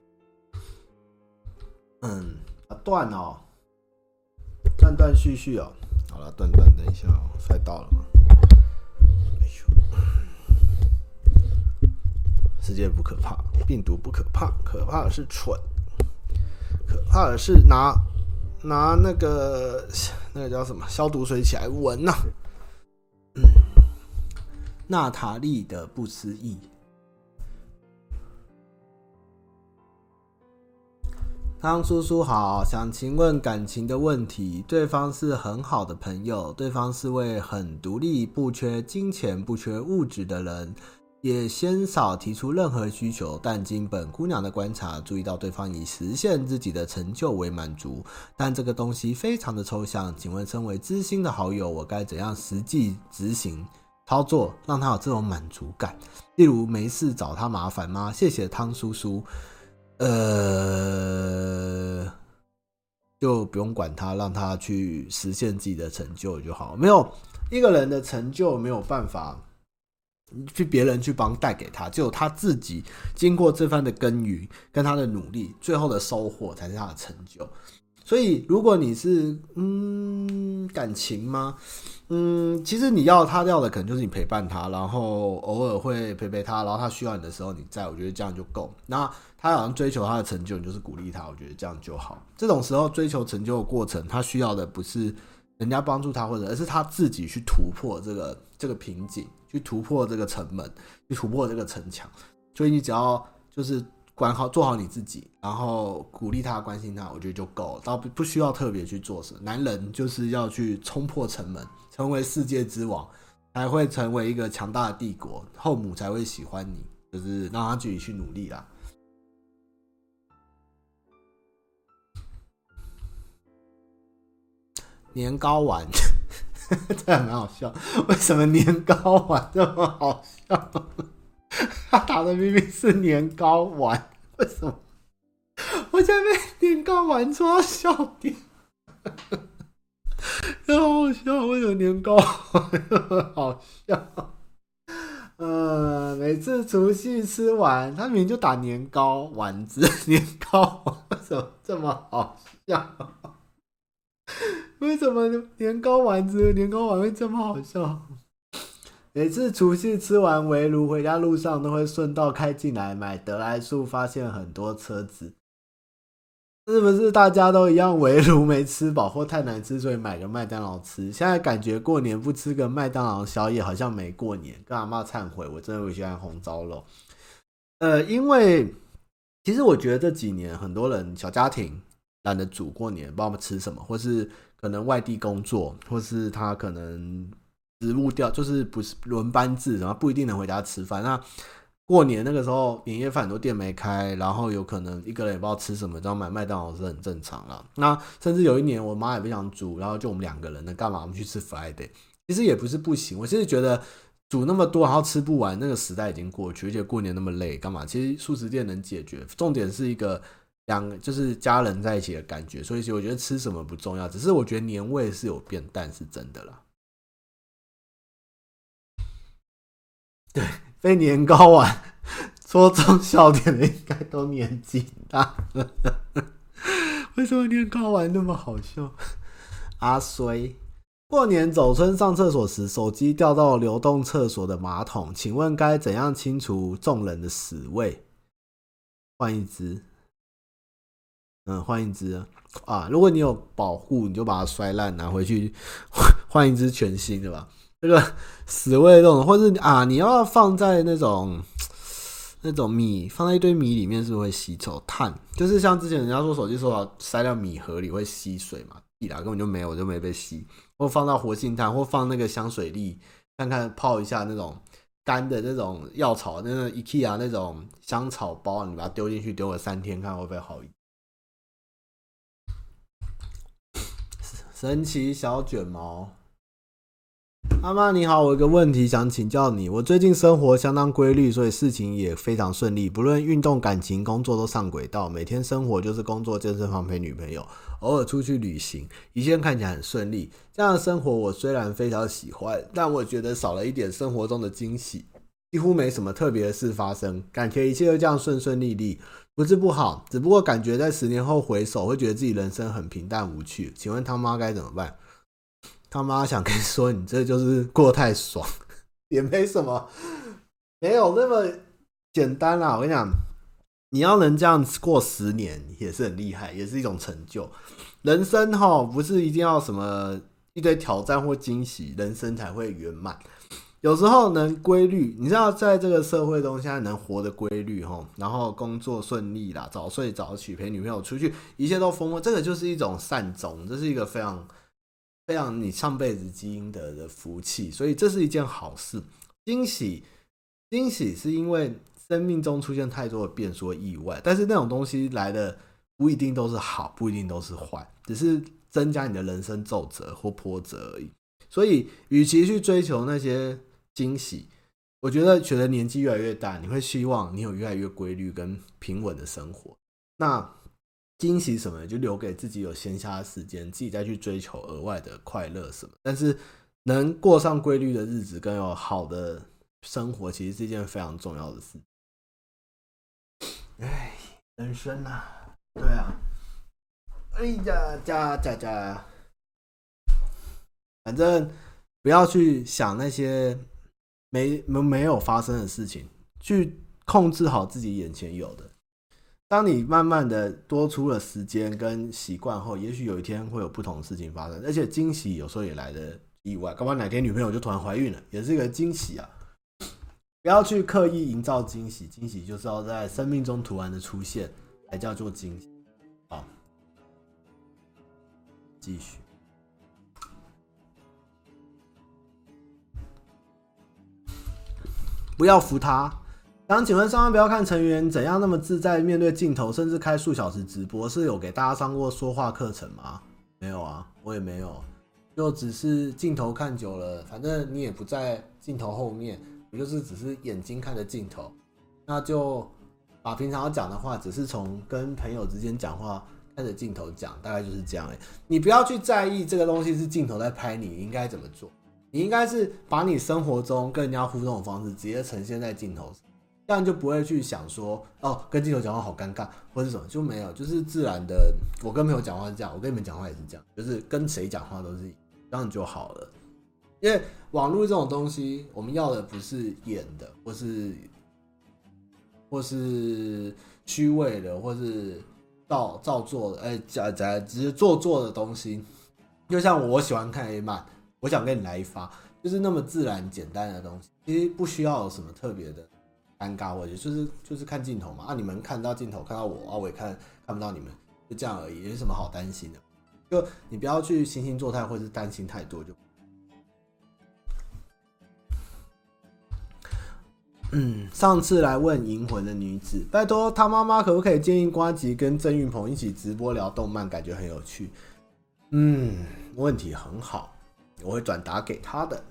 个。断哦，断断续续哦。好了，断断，等一下哦，快到了。世界不可怕，病毒不可怕，可怕的是蠢。可怕的是拿那个叫什么消毒水起来闻呐。娜塔莉的不思议。汤叔叔好，想请问感情的问题，对方是很好的朋友，对方是位很独立、不缺金钱、不缺物质的人。也鲜少提出任何需求，但经本姑娘的观察，注意到对方以实现自己的成就为满足，但这个东西非常的抽象。请问，身为知心的好友，我该怎样实际执行操作，让他有这种满足感？例如，没事找他麻烦吗？谢谢汤叔叔。就不用管他，让他去实现自己的成就就好。没有一个人的成就没有办法去别人去帮带给他，只有他自己经过这番的耕耘跟他的努力，最后的收获才是他的成就。所以如果你是感情吗？其实你他要的可能就是你陪伴他，然后偶尔会陪他，然后他需要你的时候你在，我觉得这样就够。那他好像追求他的成就，你就是鼓励他，我觉得这样就好。这种时候追求成就的过程，他需要的不是人家帮助他，而是他自己去突破这个瓶颈，去突破这个城门，去突破这个城墙。所以你只要就是做好你自己，然后鼓励他、关心他，我觉得就够了，倒不需要特别去做什么。男人就是要去冲破城门，成为世界之王，才会成为一个强大的帝国，后母才会喜欢你，就是让他自己去努力啦。年糕丸这还蛮好笑，为什么年糕丸这么好笑？他打的明明是年糕丸，为什么我现在被年糕丸戳到笑点？真好笑，为什么年糕丸这么好笑？每次除夕吃完，他明明就打年糕丸子，年糕丸为什么这么好笑？为什么年糕丸会这么好笑？每次除夕吃完围炉回家路上，都会顺道开进来买得来速，发现很多车子。 是不是大家都一样围炉没吃饱或太难吃，所以买个麦当劳吃？现在感觉过年不吃个麦当劳宵夜好像没过年，跟阿嬷忏悔，我真的会喜欢红烧肉。因为其实我觉得这几年很多人小家庭懒得煮过年，不知道吃什么，或是可能外地工作，或是他可能职务调，就是不是轮班制，然后不一定能回家吃饭。那过年那个时候，年夜饭很多店没开，然后有可能一个人也不知道吃什么，然后买麦当劳是很正常啦。那甚至有一年我妈也不想煮，然后就我们2个人，那干嘛我们去吃 Friday？其实也不是不行，我其实觉得煮那么多然后吃不完，那个时代已经过去，而且过年那么累，干嘛？其实素食店能解决，重点是一个就是家人在一起的感觉，所以我觉得吃什么不重要，只是我觉得年味是有变淡，是真的啦。对，被年糕丸戳中笑点的应该都年纪大了。为什么年糕丸那么好笑？阿衰，过年走村上厕所时，手机掉到流动厕所的马桶，请问该怎样清除众人的屎味？换一只，换一只啊！如果你有保护，你就把它摔烂，拿回去换一只全新的吧。这个屎味这种，或是你要放在那种米，放在一堆米里面，是不是会吸臭？碳就是像之前人家说手机说塞到米盒里会吸水嘛，根本就没有，就没被吸。或放到活性炭，或放那个香水粒，看看泡一下那种干的那种药草，那种 IKEA 那种香草包，你把它丢进去，丢个3天，看会不会好一点。神奇小卷毛。阿妈你好，我有个问题想请教你。我最近生活相当规律，所以事情也非常顺利，不论运动、感情、工作都上轨道。每天生活就是工作、健身房陪女朋友，偶尔出去旅行，一切看起来很顺利。这样的生活我虽然非常喜欢，但我觉得少了一点生活中的惊喜，几乎没什么特别的事发生，感觉一切都这样顺顺利利，不是不好，只不过感觉在10年后回首，会觉得自己人生很平淡无趣。请问他妈该怎么办？他妈想跟你说，你这就是过太爽，也没什么，没有那么简单啦。我跟你讲，你要能这样过10年，也是很厉害，也是一种成就。人生不是一定要什么一堆挑战或惊喜，人生才会圆满。有时候能规律，你知道，在这个社会中，现在能活得规律然后工作顺利啦，早睡早起，陪女朋友出去，一切都丰富，这个就是一种善终，这是一个非常非常你上辈子基因的福气，所以这是一件好事。惊喜是因为生命中出现太多的变数意外，但是那种东西来的不一定都是好，不一定都是坏，只是增加你的人生皱褶或波折而已。所以与其去追求那些惊喜，我觉得随着年纪越来越大，你会希望你有越来越规律跟平稳的生活。那惊喜什么就留给自己有闲暇的时间，自己再去追求额外的快乐什么。但是能过上规律的日子跟有好的生活，其实是一件非常重要的事。哎，人生啊，对啊，哎呀，反正不要去想那些没有发生的事情，去控制好自己眼前有的。当你慢慢的多出了时间跟习惯后，也许有一天会有不同的事情发生，而且惊喜有时候也来的意外，搞不好哪天女朋友就突然怀孕了，也是一个惊喜啊！不要去刻意营造惊喜，惊喜就是要在生命中突然的出现，才叫做惊喜。好，继续。不要扶他。想请问上班不要看成员怎样那么自在面对镜头，甚至开数小时直播，是有给大家上过说话课程吗？没有啊，我也没有，就只是镜头看久了，反正你也不在镜头后面，我就是只是眼睛看着镜头，那就把平常要讲的话，只是从跟朋友之间讲话看着镜头讲，大概就是这样而已。你不要去在意这个东西是镜头在拍你，你应该怎么做？你应该是把你生活中跟人家互动的方式直接呈现在镜头上，这样就不会去想说跟镜头讲话好尴尬或是什么，就没有，就是自然的。我跟朋友讲话是这样，我跟你们讲话也是这样，就是跟谁讲话都是这样就好了。因为网络这种东西，我们要的不是演的，或是虚伪的，或是照做的，只是做的东西。就像我喜欢看 A 漫，我想跟你来一发，就是那么自然简单的东西，其实不需要有什么特别的尴尬，或者就是看镜头嘛。啊，你们看到镜头看到我，啊，我也看不到你们，就这样而已，有什么好担心的？就你不要去惺惺作态，或是担心太多就。上次来问银魂的女子，拜托她妈妈可不可以建议呱吉跟郑运鹏一起直播聊动漫，感觉很有趣。问题很好，我会转达给他的。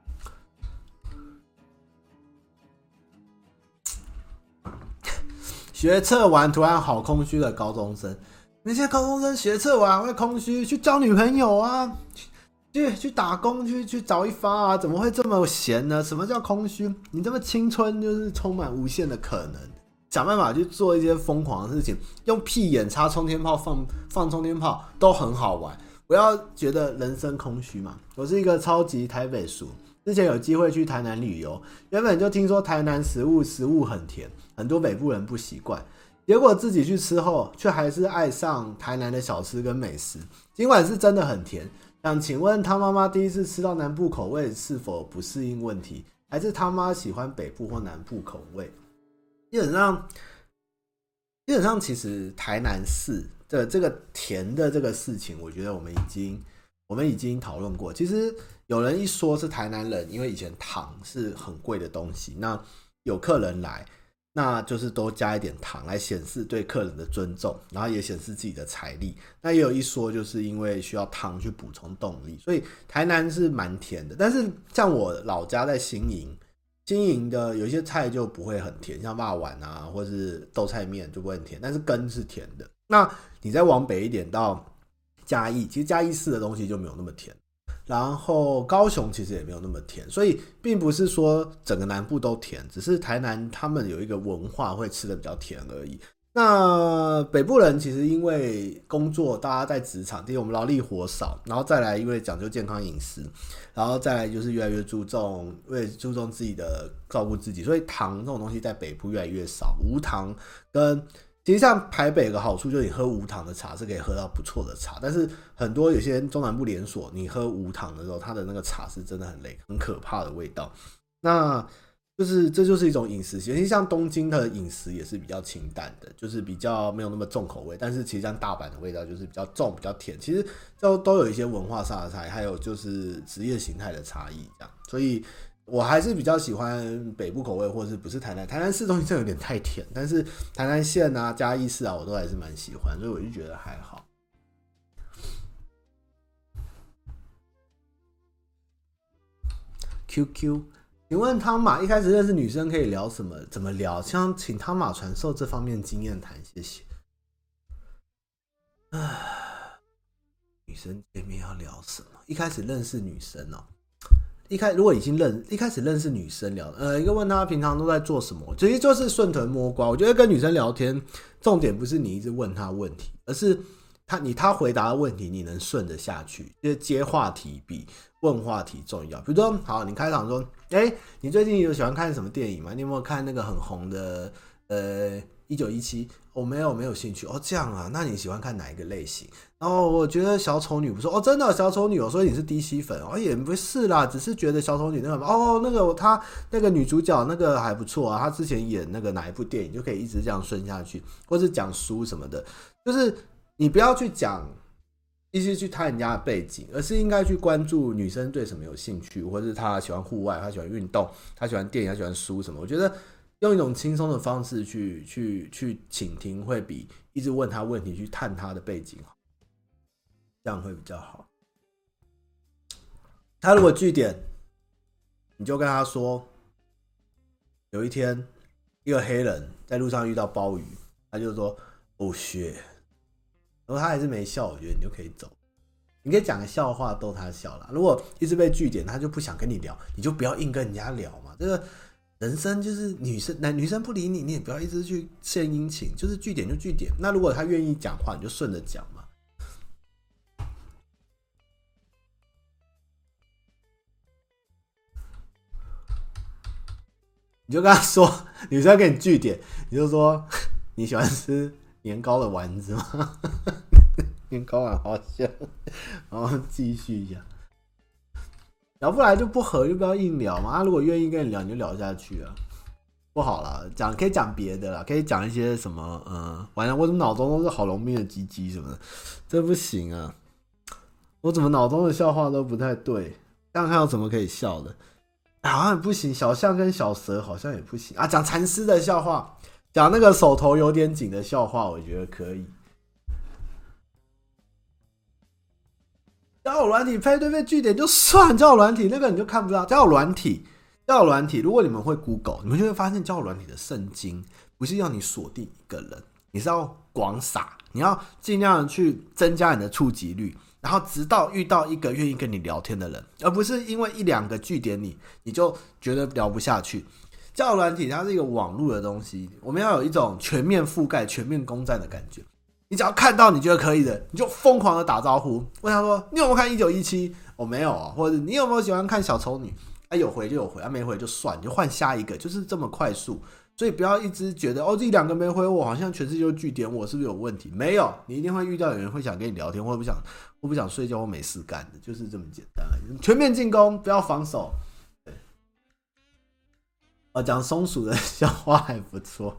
学测完突然好空虚的高中生，那些高中生学测完会空虚，去交女朋友啊，去打工，去找一发啊，怎么会这么闲呢？什么叫空虚？你这么青春就是充满无限的可能，想办法去做一些疯狂的事情，用屁眼插冲天炮放冲天炮都很好玩。不要觉得人生空虚嘛。我是一个超级台北俗，之前有机会去台南旅游，原本就听说台南食物很甜，很多北部人不习惯，结果自己去吃后，却还是爱上台南的小吃跟美食，尽管是真的很甜。想请问他妈妈第一次吃到南部口味是否不适应问题，还是他妈喜欢北部或南部口味？基本上其实台南市的这个甜的这个事情，我觉得我们已经讨论过。其实有人一说是台南人，因为以前糖是很贵的东西，那有客人来，那就是多加一点糖来显示对客人的尊重，然后也显示自己的财力。那也有一说就是因为需要糖去补充动力，所以台南是蛮甜的。但是像我老家在新营的有一些菜就不会很甜，像肉丸啊或是豆菜面就不会很甜，但是根是甜的。那你再往北一点到嘉义，其实嘉义市的东西就没有那么甜，然后高雄其实也没有那么甜，所以并不是说整个南部都甜，只是台南他们有一个文化会吃的比较甜而已。那北部人其实因为工作，大家在职场，第一我们劳力活少，然后再来因为讲究健康饮食，然后再来就是越来越注重自己的照顾自己，所以糖这种东西在北部越来越少。无糖跟其实像台北有个好处，就是你喝无糖的茶是可以喝到不错的茶，但是很多有些中南部连锁，你喝无糖的时候，它的那个茶是真的很可怕的味道。那这就是一种饮食习惯。其实像东京的饮食也是比较清淡的，就是比较没有那么重口味，但是其实像大阪的味道就是比较重比较甜，其实都有一些文化上的差异，还有就是职业形态的差异这样。所以我还是比较喜欢北部口味，或是不是台南市东西真的有点太甜，但是台南县啊嘉义市啊我都还是蛮喜欢，所以我就觉得还好。QQ，请问汤马一开始认识女生可以聊什么？怎么聊？想请汤马传授这方面经验谈，谢谢。女生见面要聊什么？一开始认识女生哦，如果一开始认识女生聊，一个问她平常都在做什么，其实就是顺藤摸瓜。我觉得跟女生聊天，重点不是你一直问她问题，而是她回答的问题你能顺得下去，就是接话题比问话题重要。比如说，好，你开场说，你最近有喜欢看什么电影吗？你有没有看那个很红的1917？我没有兴趣。哦，这样啊，那你喜欢看哪一个类型？然后我觉得小丑女不错。哦，真的小丑女，所以你是 DC 粉哦？也不是啦，只是觉得小丑女那个她那个女主角那个还不错啊，她之前演那个哪一部电影就可以一直这样顺下去，或是讲书什么的，就是你不要去讲。一直去探人家的背景，而是应该去关注女生对什么有兴趣，或者是她喜欢户外，她喜欢运动，她喜欢电影，她喜欢书什么。我觉得用一种轻松的方式去倾听，会比一直问她问题去探她的背景好，这样会比较好。他如果句点，你就跟他说，有一天一个黑人在路上遇到鲍鱼，他就说哦shit。然后他还是没笑，我觉得你就可以走。你可以讲个笑话逗他笑啦。如果一直被句点，他就不想跟你聊，你就不要硬跟人家聊嘛。这个人生就是女生不理你，你也不要一直去献殷勤，就是句点就句点。那如果他愿意讲话，你就顺着讲嘛。你就跟他说，女生给你句点，你就说你喜欢吃年糕的丸子吗？年糕丸好笑，然后继续一下，聊不来就不合，就不要硬聊嘛。他如果愿意跟你聊，你就聊下去啊。不好啦，可以讲别的啦，可以讲一些什么，完了，我怎么脑中都是郝龙斌的鸡鸡什么的，这不行啊！我怎么脑中的笑话都不太对？想想看有什么可以笑的，好像也不行。小象跟小蛇好像也不行啊。讲蚕丝的笑话，讲那个手头有点紧的笑话，我觉得可以。交友软体配对被句点就算，交友软体那个你就看不到。交友软体，如果你们会 Google， 你们就会发现交友软体的圣经不是要你锁定一个人，你是要广撒，你要尽量的去增加你的触及率，然后直到遇到一个愿意跟你聊天的人，而不是因为一两个句点你就觉得聊不下去。交友软体它是一个网络的东西，我们要有一种全面覆盖、全面攻占的感觉。你只要看到你觉得可以的，你就疯狂的打招呼，问他说：“你有没有看1917？”我没有啊，或者你有没有喜欢看小丑女？有回就有回，没回就算，你就换下一个，就是这么快速。所以不要一直觉得这两个没回我，好像全世界都句点我，是不是有问题？没有，你一定会遇到有人会想跟你聊天，或不想睡觉或没事干的，就是这么简单而已。全面进攻，不要防守。对，讲松鼠的笑话还不错。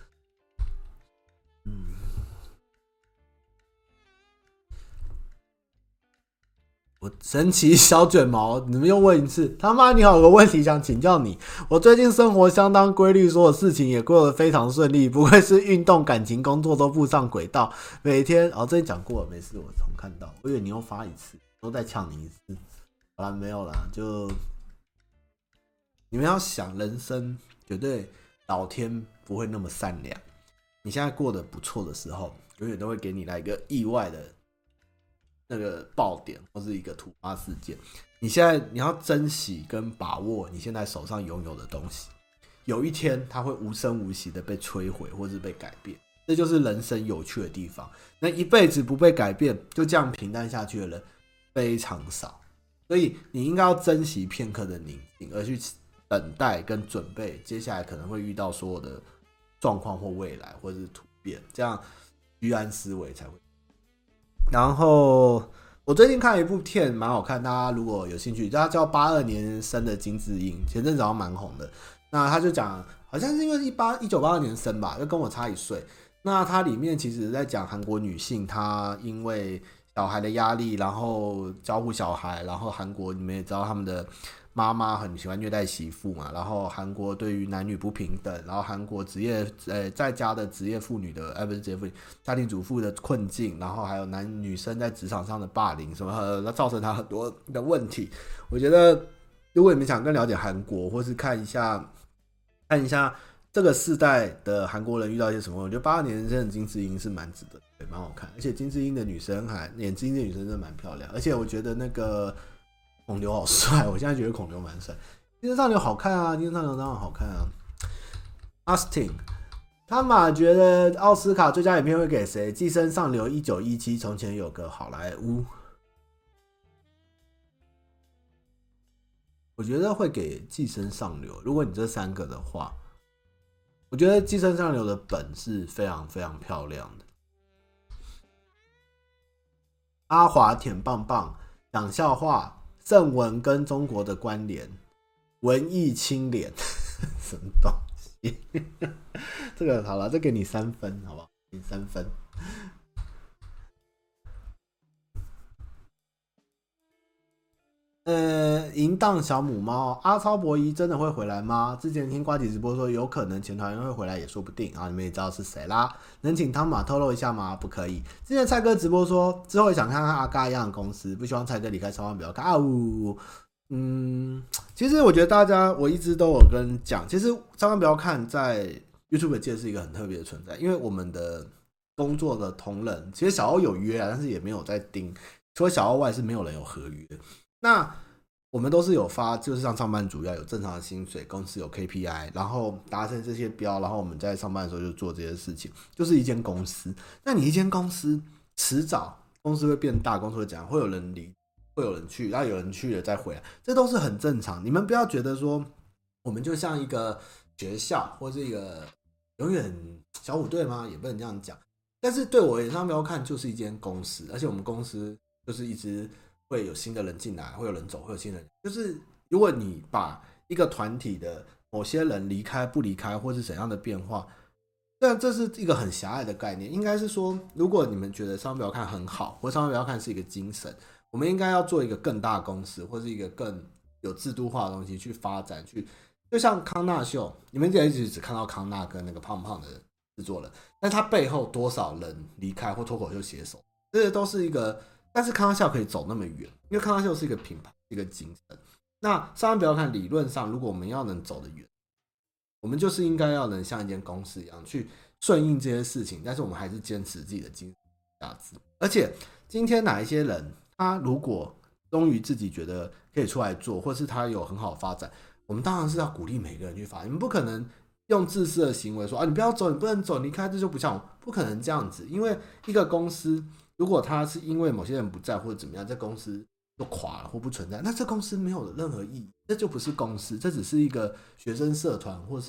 我神奇小卷毛，你们又问一次，他妈你好，有个问题想请教你。我最近生活相当规律，所有事情也过得非常顺利，不愧是运动、感情、工作都步上轨道。每天这里讲过了，没事，我重看到，我以为你又发一次，都再呛你一次。好啦，没有啦，就你们要想，人生绝对老天不会那么善良。你现在过得不错的时候，永远都会给你来一个意外的那个爆点或是一个突发事件，你要珍惜跟把握你现在手上拥有的东西，有一天它会无声无息的被摧毁或是被改变，这就是人生有趣的地方。那一辈子不被改变就这样平淡下去的人非常少，所以你应该要珍惜片刻的宁静，而去等待跟准备接下来可能会遇到所有的状况或未来或是突变，这样居安思危才会。然后我最近看了一部片蛮好看，大家如果有兴趣，它叫82年生的金智英，前阵子好像蛮红的。那他就讲好像是因为1982年生吧，就跟我差1岁。那它里面其实在讲韩国女性，她因为小孩的压力，然后照顾小孩，然后韩国你们也知道他们的妈妈很喜欢虐待媳妇嘛，然后韩国对于男女不平等，然后韩国在家的职业妇女的不是职业妇女，家庭主妇的困境，然后还有女生在职场上的霸凌什么，造成他很多的问题。我觉得如果你们想更了解韩国，或是看一下这个世代的韩国人遇到一些什么，我觉得82年生的金智英是蛮值得，对，蛮好看。而且金智英的女生演金智英的女生真的蛮漂亮，而且我觉得那个孔刘好帅，我现在觉得孔刘蛮帅。金上流好看啊，金上流当然好看啊。Austin， 他妈觉得奥斯卡最佳影片会给谁？寄生上流、1917、从前有个好莱坞。我觉得会给寄生上流。如果你这3个的话，我觉得寄生上流的本是非常非常漂亮的。阿华舔棒棒讲笑话，正文跟中国的关联，文艺清廉，什么东西？这个好了，这给你3分，好不好？给你3分。淫荡小母猫，阿超博一真的会回来吗？之前听瓜姐直播说有可能前团员会回来，也说不定啊。你们也知道是谁啦？能请汤马透露一下吗？不可以。之前蔡哥直播说之后也想看看阿嘎一样的公司，不希望蔡哥离开超玩比较看啊呜。其实我觉得我一直都有跟讲，其实超玩不要看在 YouTube 界是一个很特别的存在，因为我们的工作的同仁，其实小欧有约啊，但是也没有在盯，除了小欧外是没有人有合约。那我们都是有发，就是像上班族要有正常的薪水，公司有 KPI， 然后达成这些标，然后我们在上班的时候就做这些事情，就是一间公司。那你一间公司迟早公司会变大，公司会讲，会有人离，会有人去，然后有人去了再回来，这都是很正常。你们不要觉得说我们就像一个学校或是一个永远小虎队吗？也不能这样讲。 但是对我而言，商标看就是一间公司，而且我们公司就是一直会有新的人进来，会有人走，会有新的人。就是如果你把一个团体的某些人离开、不离开，或是怎样的变化，但这是一个很狭隘的概念。应该是说，如果你们觉得商标看很好，或商标看是一个精神，我们应该要做一个更大的公司，或是一个更有制度化的东西去发展，就像康纳秀，你们一直只看到康纳跟那个胖胖的制作人，但他背后多少人离开或脱口秀写手，这些都是一个。但是康纳秀可以走那么远，因为康纳秀是一个品牌，一个精神。那商标看理论上，如果我们要能走得远，我们就是应该要能像一间公司一样去顺应这些事情，但是我们还是坚持自己的精神价值。而且今天哪一些人，他如果终于自己觉得可以出来做，或是他有很好的发展，我们当然是要鼓励每个人去发展。你们不可能用自私的行为说啊，你不要走，你不能走，离开这就不像我，不可能这样子。因为一个公司，如果他是因为某些人不在或者怎么样，这公司就垮了或不存在，那这公司没有任何意义，这就不是公司，这只是一个学生社团，或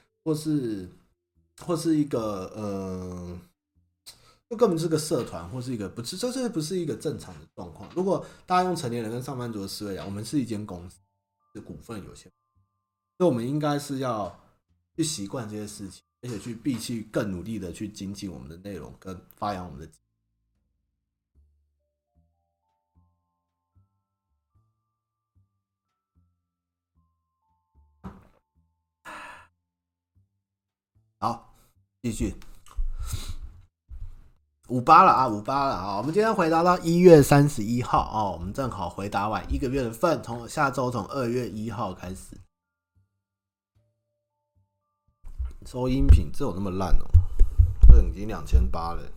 是一个就根本是个社团，或是一个不是，这不是一个正常的状况。如果大家用成年人跟上班族的思维讲，我们是一间公司，是股份有限，所以我们应该是要去习惯这些事情，而且去必须更努力的去精进我们的内容跟发扬我们的。好，继续。58了啊，58了啊！我们今天回答到1月31号哦，我们正好回答完1个月的份，从下周从2月1号开始收音频，这有那么烂哦？这已经2800了。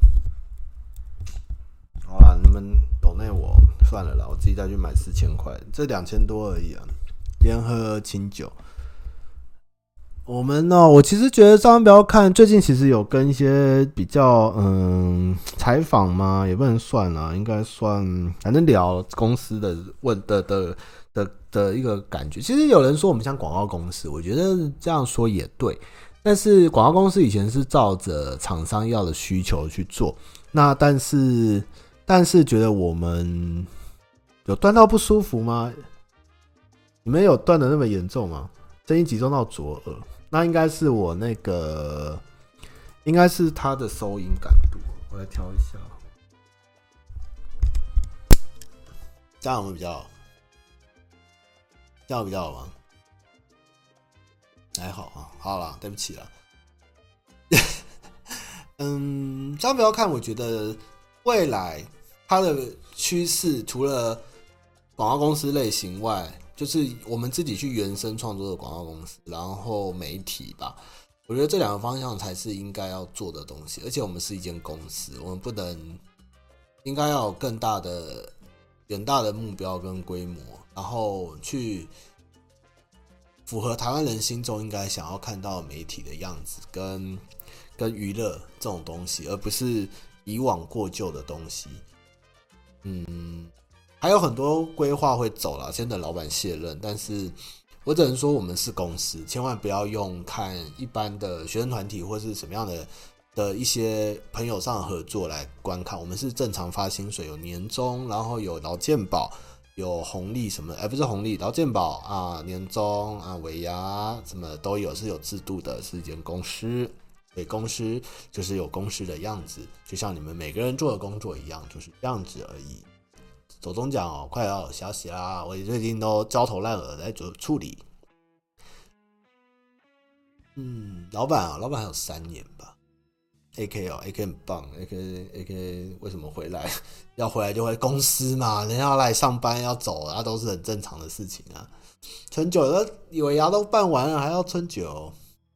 好啦，你们抖内我算了啦，我自己再去买4000块，这2000多而已啊。今天喝清酒。我们呢，我其实觉得上班不要看，最近其实有跟一些比较采访嘛，也不能算啦，应该算，反正聊公司的的一个感觉。其实有人说我们像广告公司，我觉得这样说也对，但是广告公司以前是照着厂商要的需求去做，那但是觉得我们有断到不舒服吗？你们有断的那么严重吗？声音集中到左耳。那应该是我那个，应该是它的收音感度，我来调一下，这样有没有比较好？这样比较好吗？还好啊，好啦，对不起啦。这样不要看，我觉得未来它的趋势除了广告公司类型外，就是我们自己去原生创作的广告公司，然后媒体吧。我觉得这两个方向才是应该要做的东西，而且我们是一间公司，我们不能应该要有更大的、远大的目标跟规模，然后去符合台湾人心中应该想要看到媒体的样子，跟娱乐这种东西，而不是以往过旧的东西。还有很多规划会走啦，先等老板卸任。但是我只能说，我们是公司，千万不要用看一般的学生团体或是什么样的一些朋友上的合作来观看。我们是正常发薪水，有年终，然后有劳健保，有红利什么，不是红利，劳健保啊，年终啊，尾牙什么都有，是有制度的，是一间公司。所以公司就是有公司的样子，就像你们每个人做的工作一样，就是这样子而已。走中奖哦，快要有消息啦！我最近都焦头烂额在做处理。老板还有3年吧。AK 哦 ，AK 很棒，AK 为什么回来？要回来就回公司嘛，人要来上班要走，那都是很正常的事情啊。春酒的尾牙都办完了，还要春酒。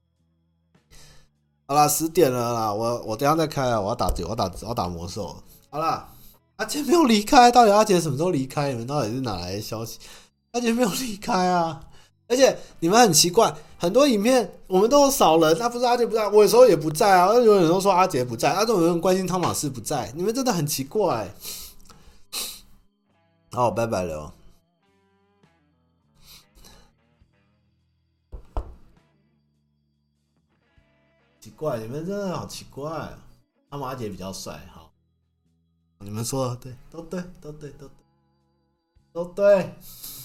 好啦，10点了啦，我等一下再开啊，我要打魔兽。好啦。阿杰没有离开，到底阿杰什么时候离开？你们到底是哪来的消息？阿杰没有离开啊！而且你们很奇怪，很多影片我们都有少人，不是阿杰不在，我有时候也不在啊。有人都说阿杰不在，都有人关心汤马士不在，你们真的很奇怪。好，拜拜了。奇怪，你们真的好奇怪。 阿毛阿杰比较帅。好，你们说的对，都对，都对，都对，都对。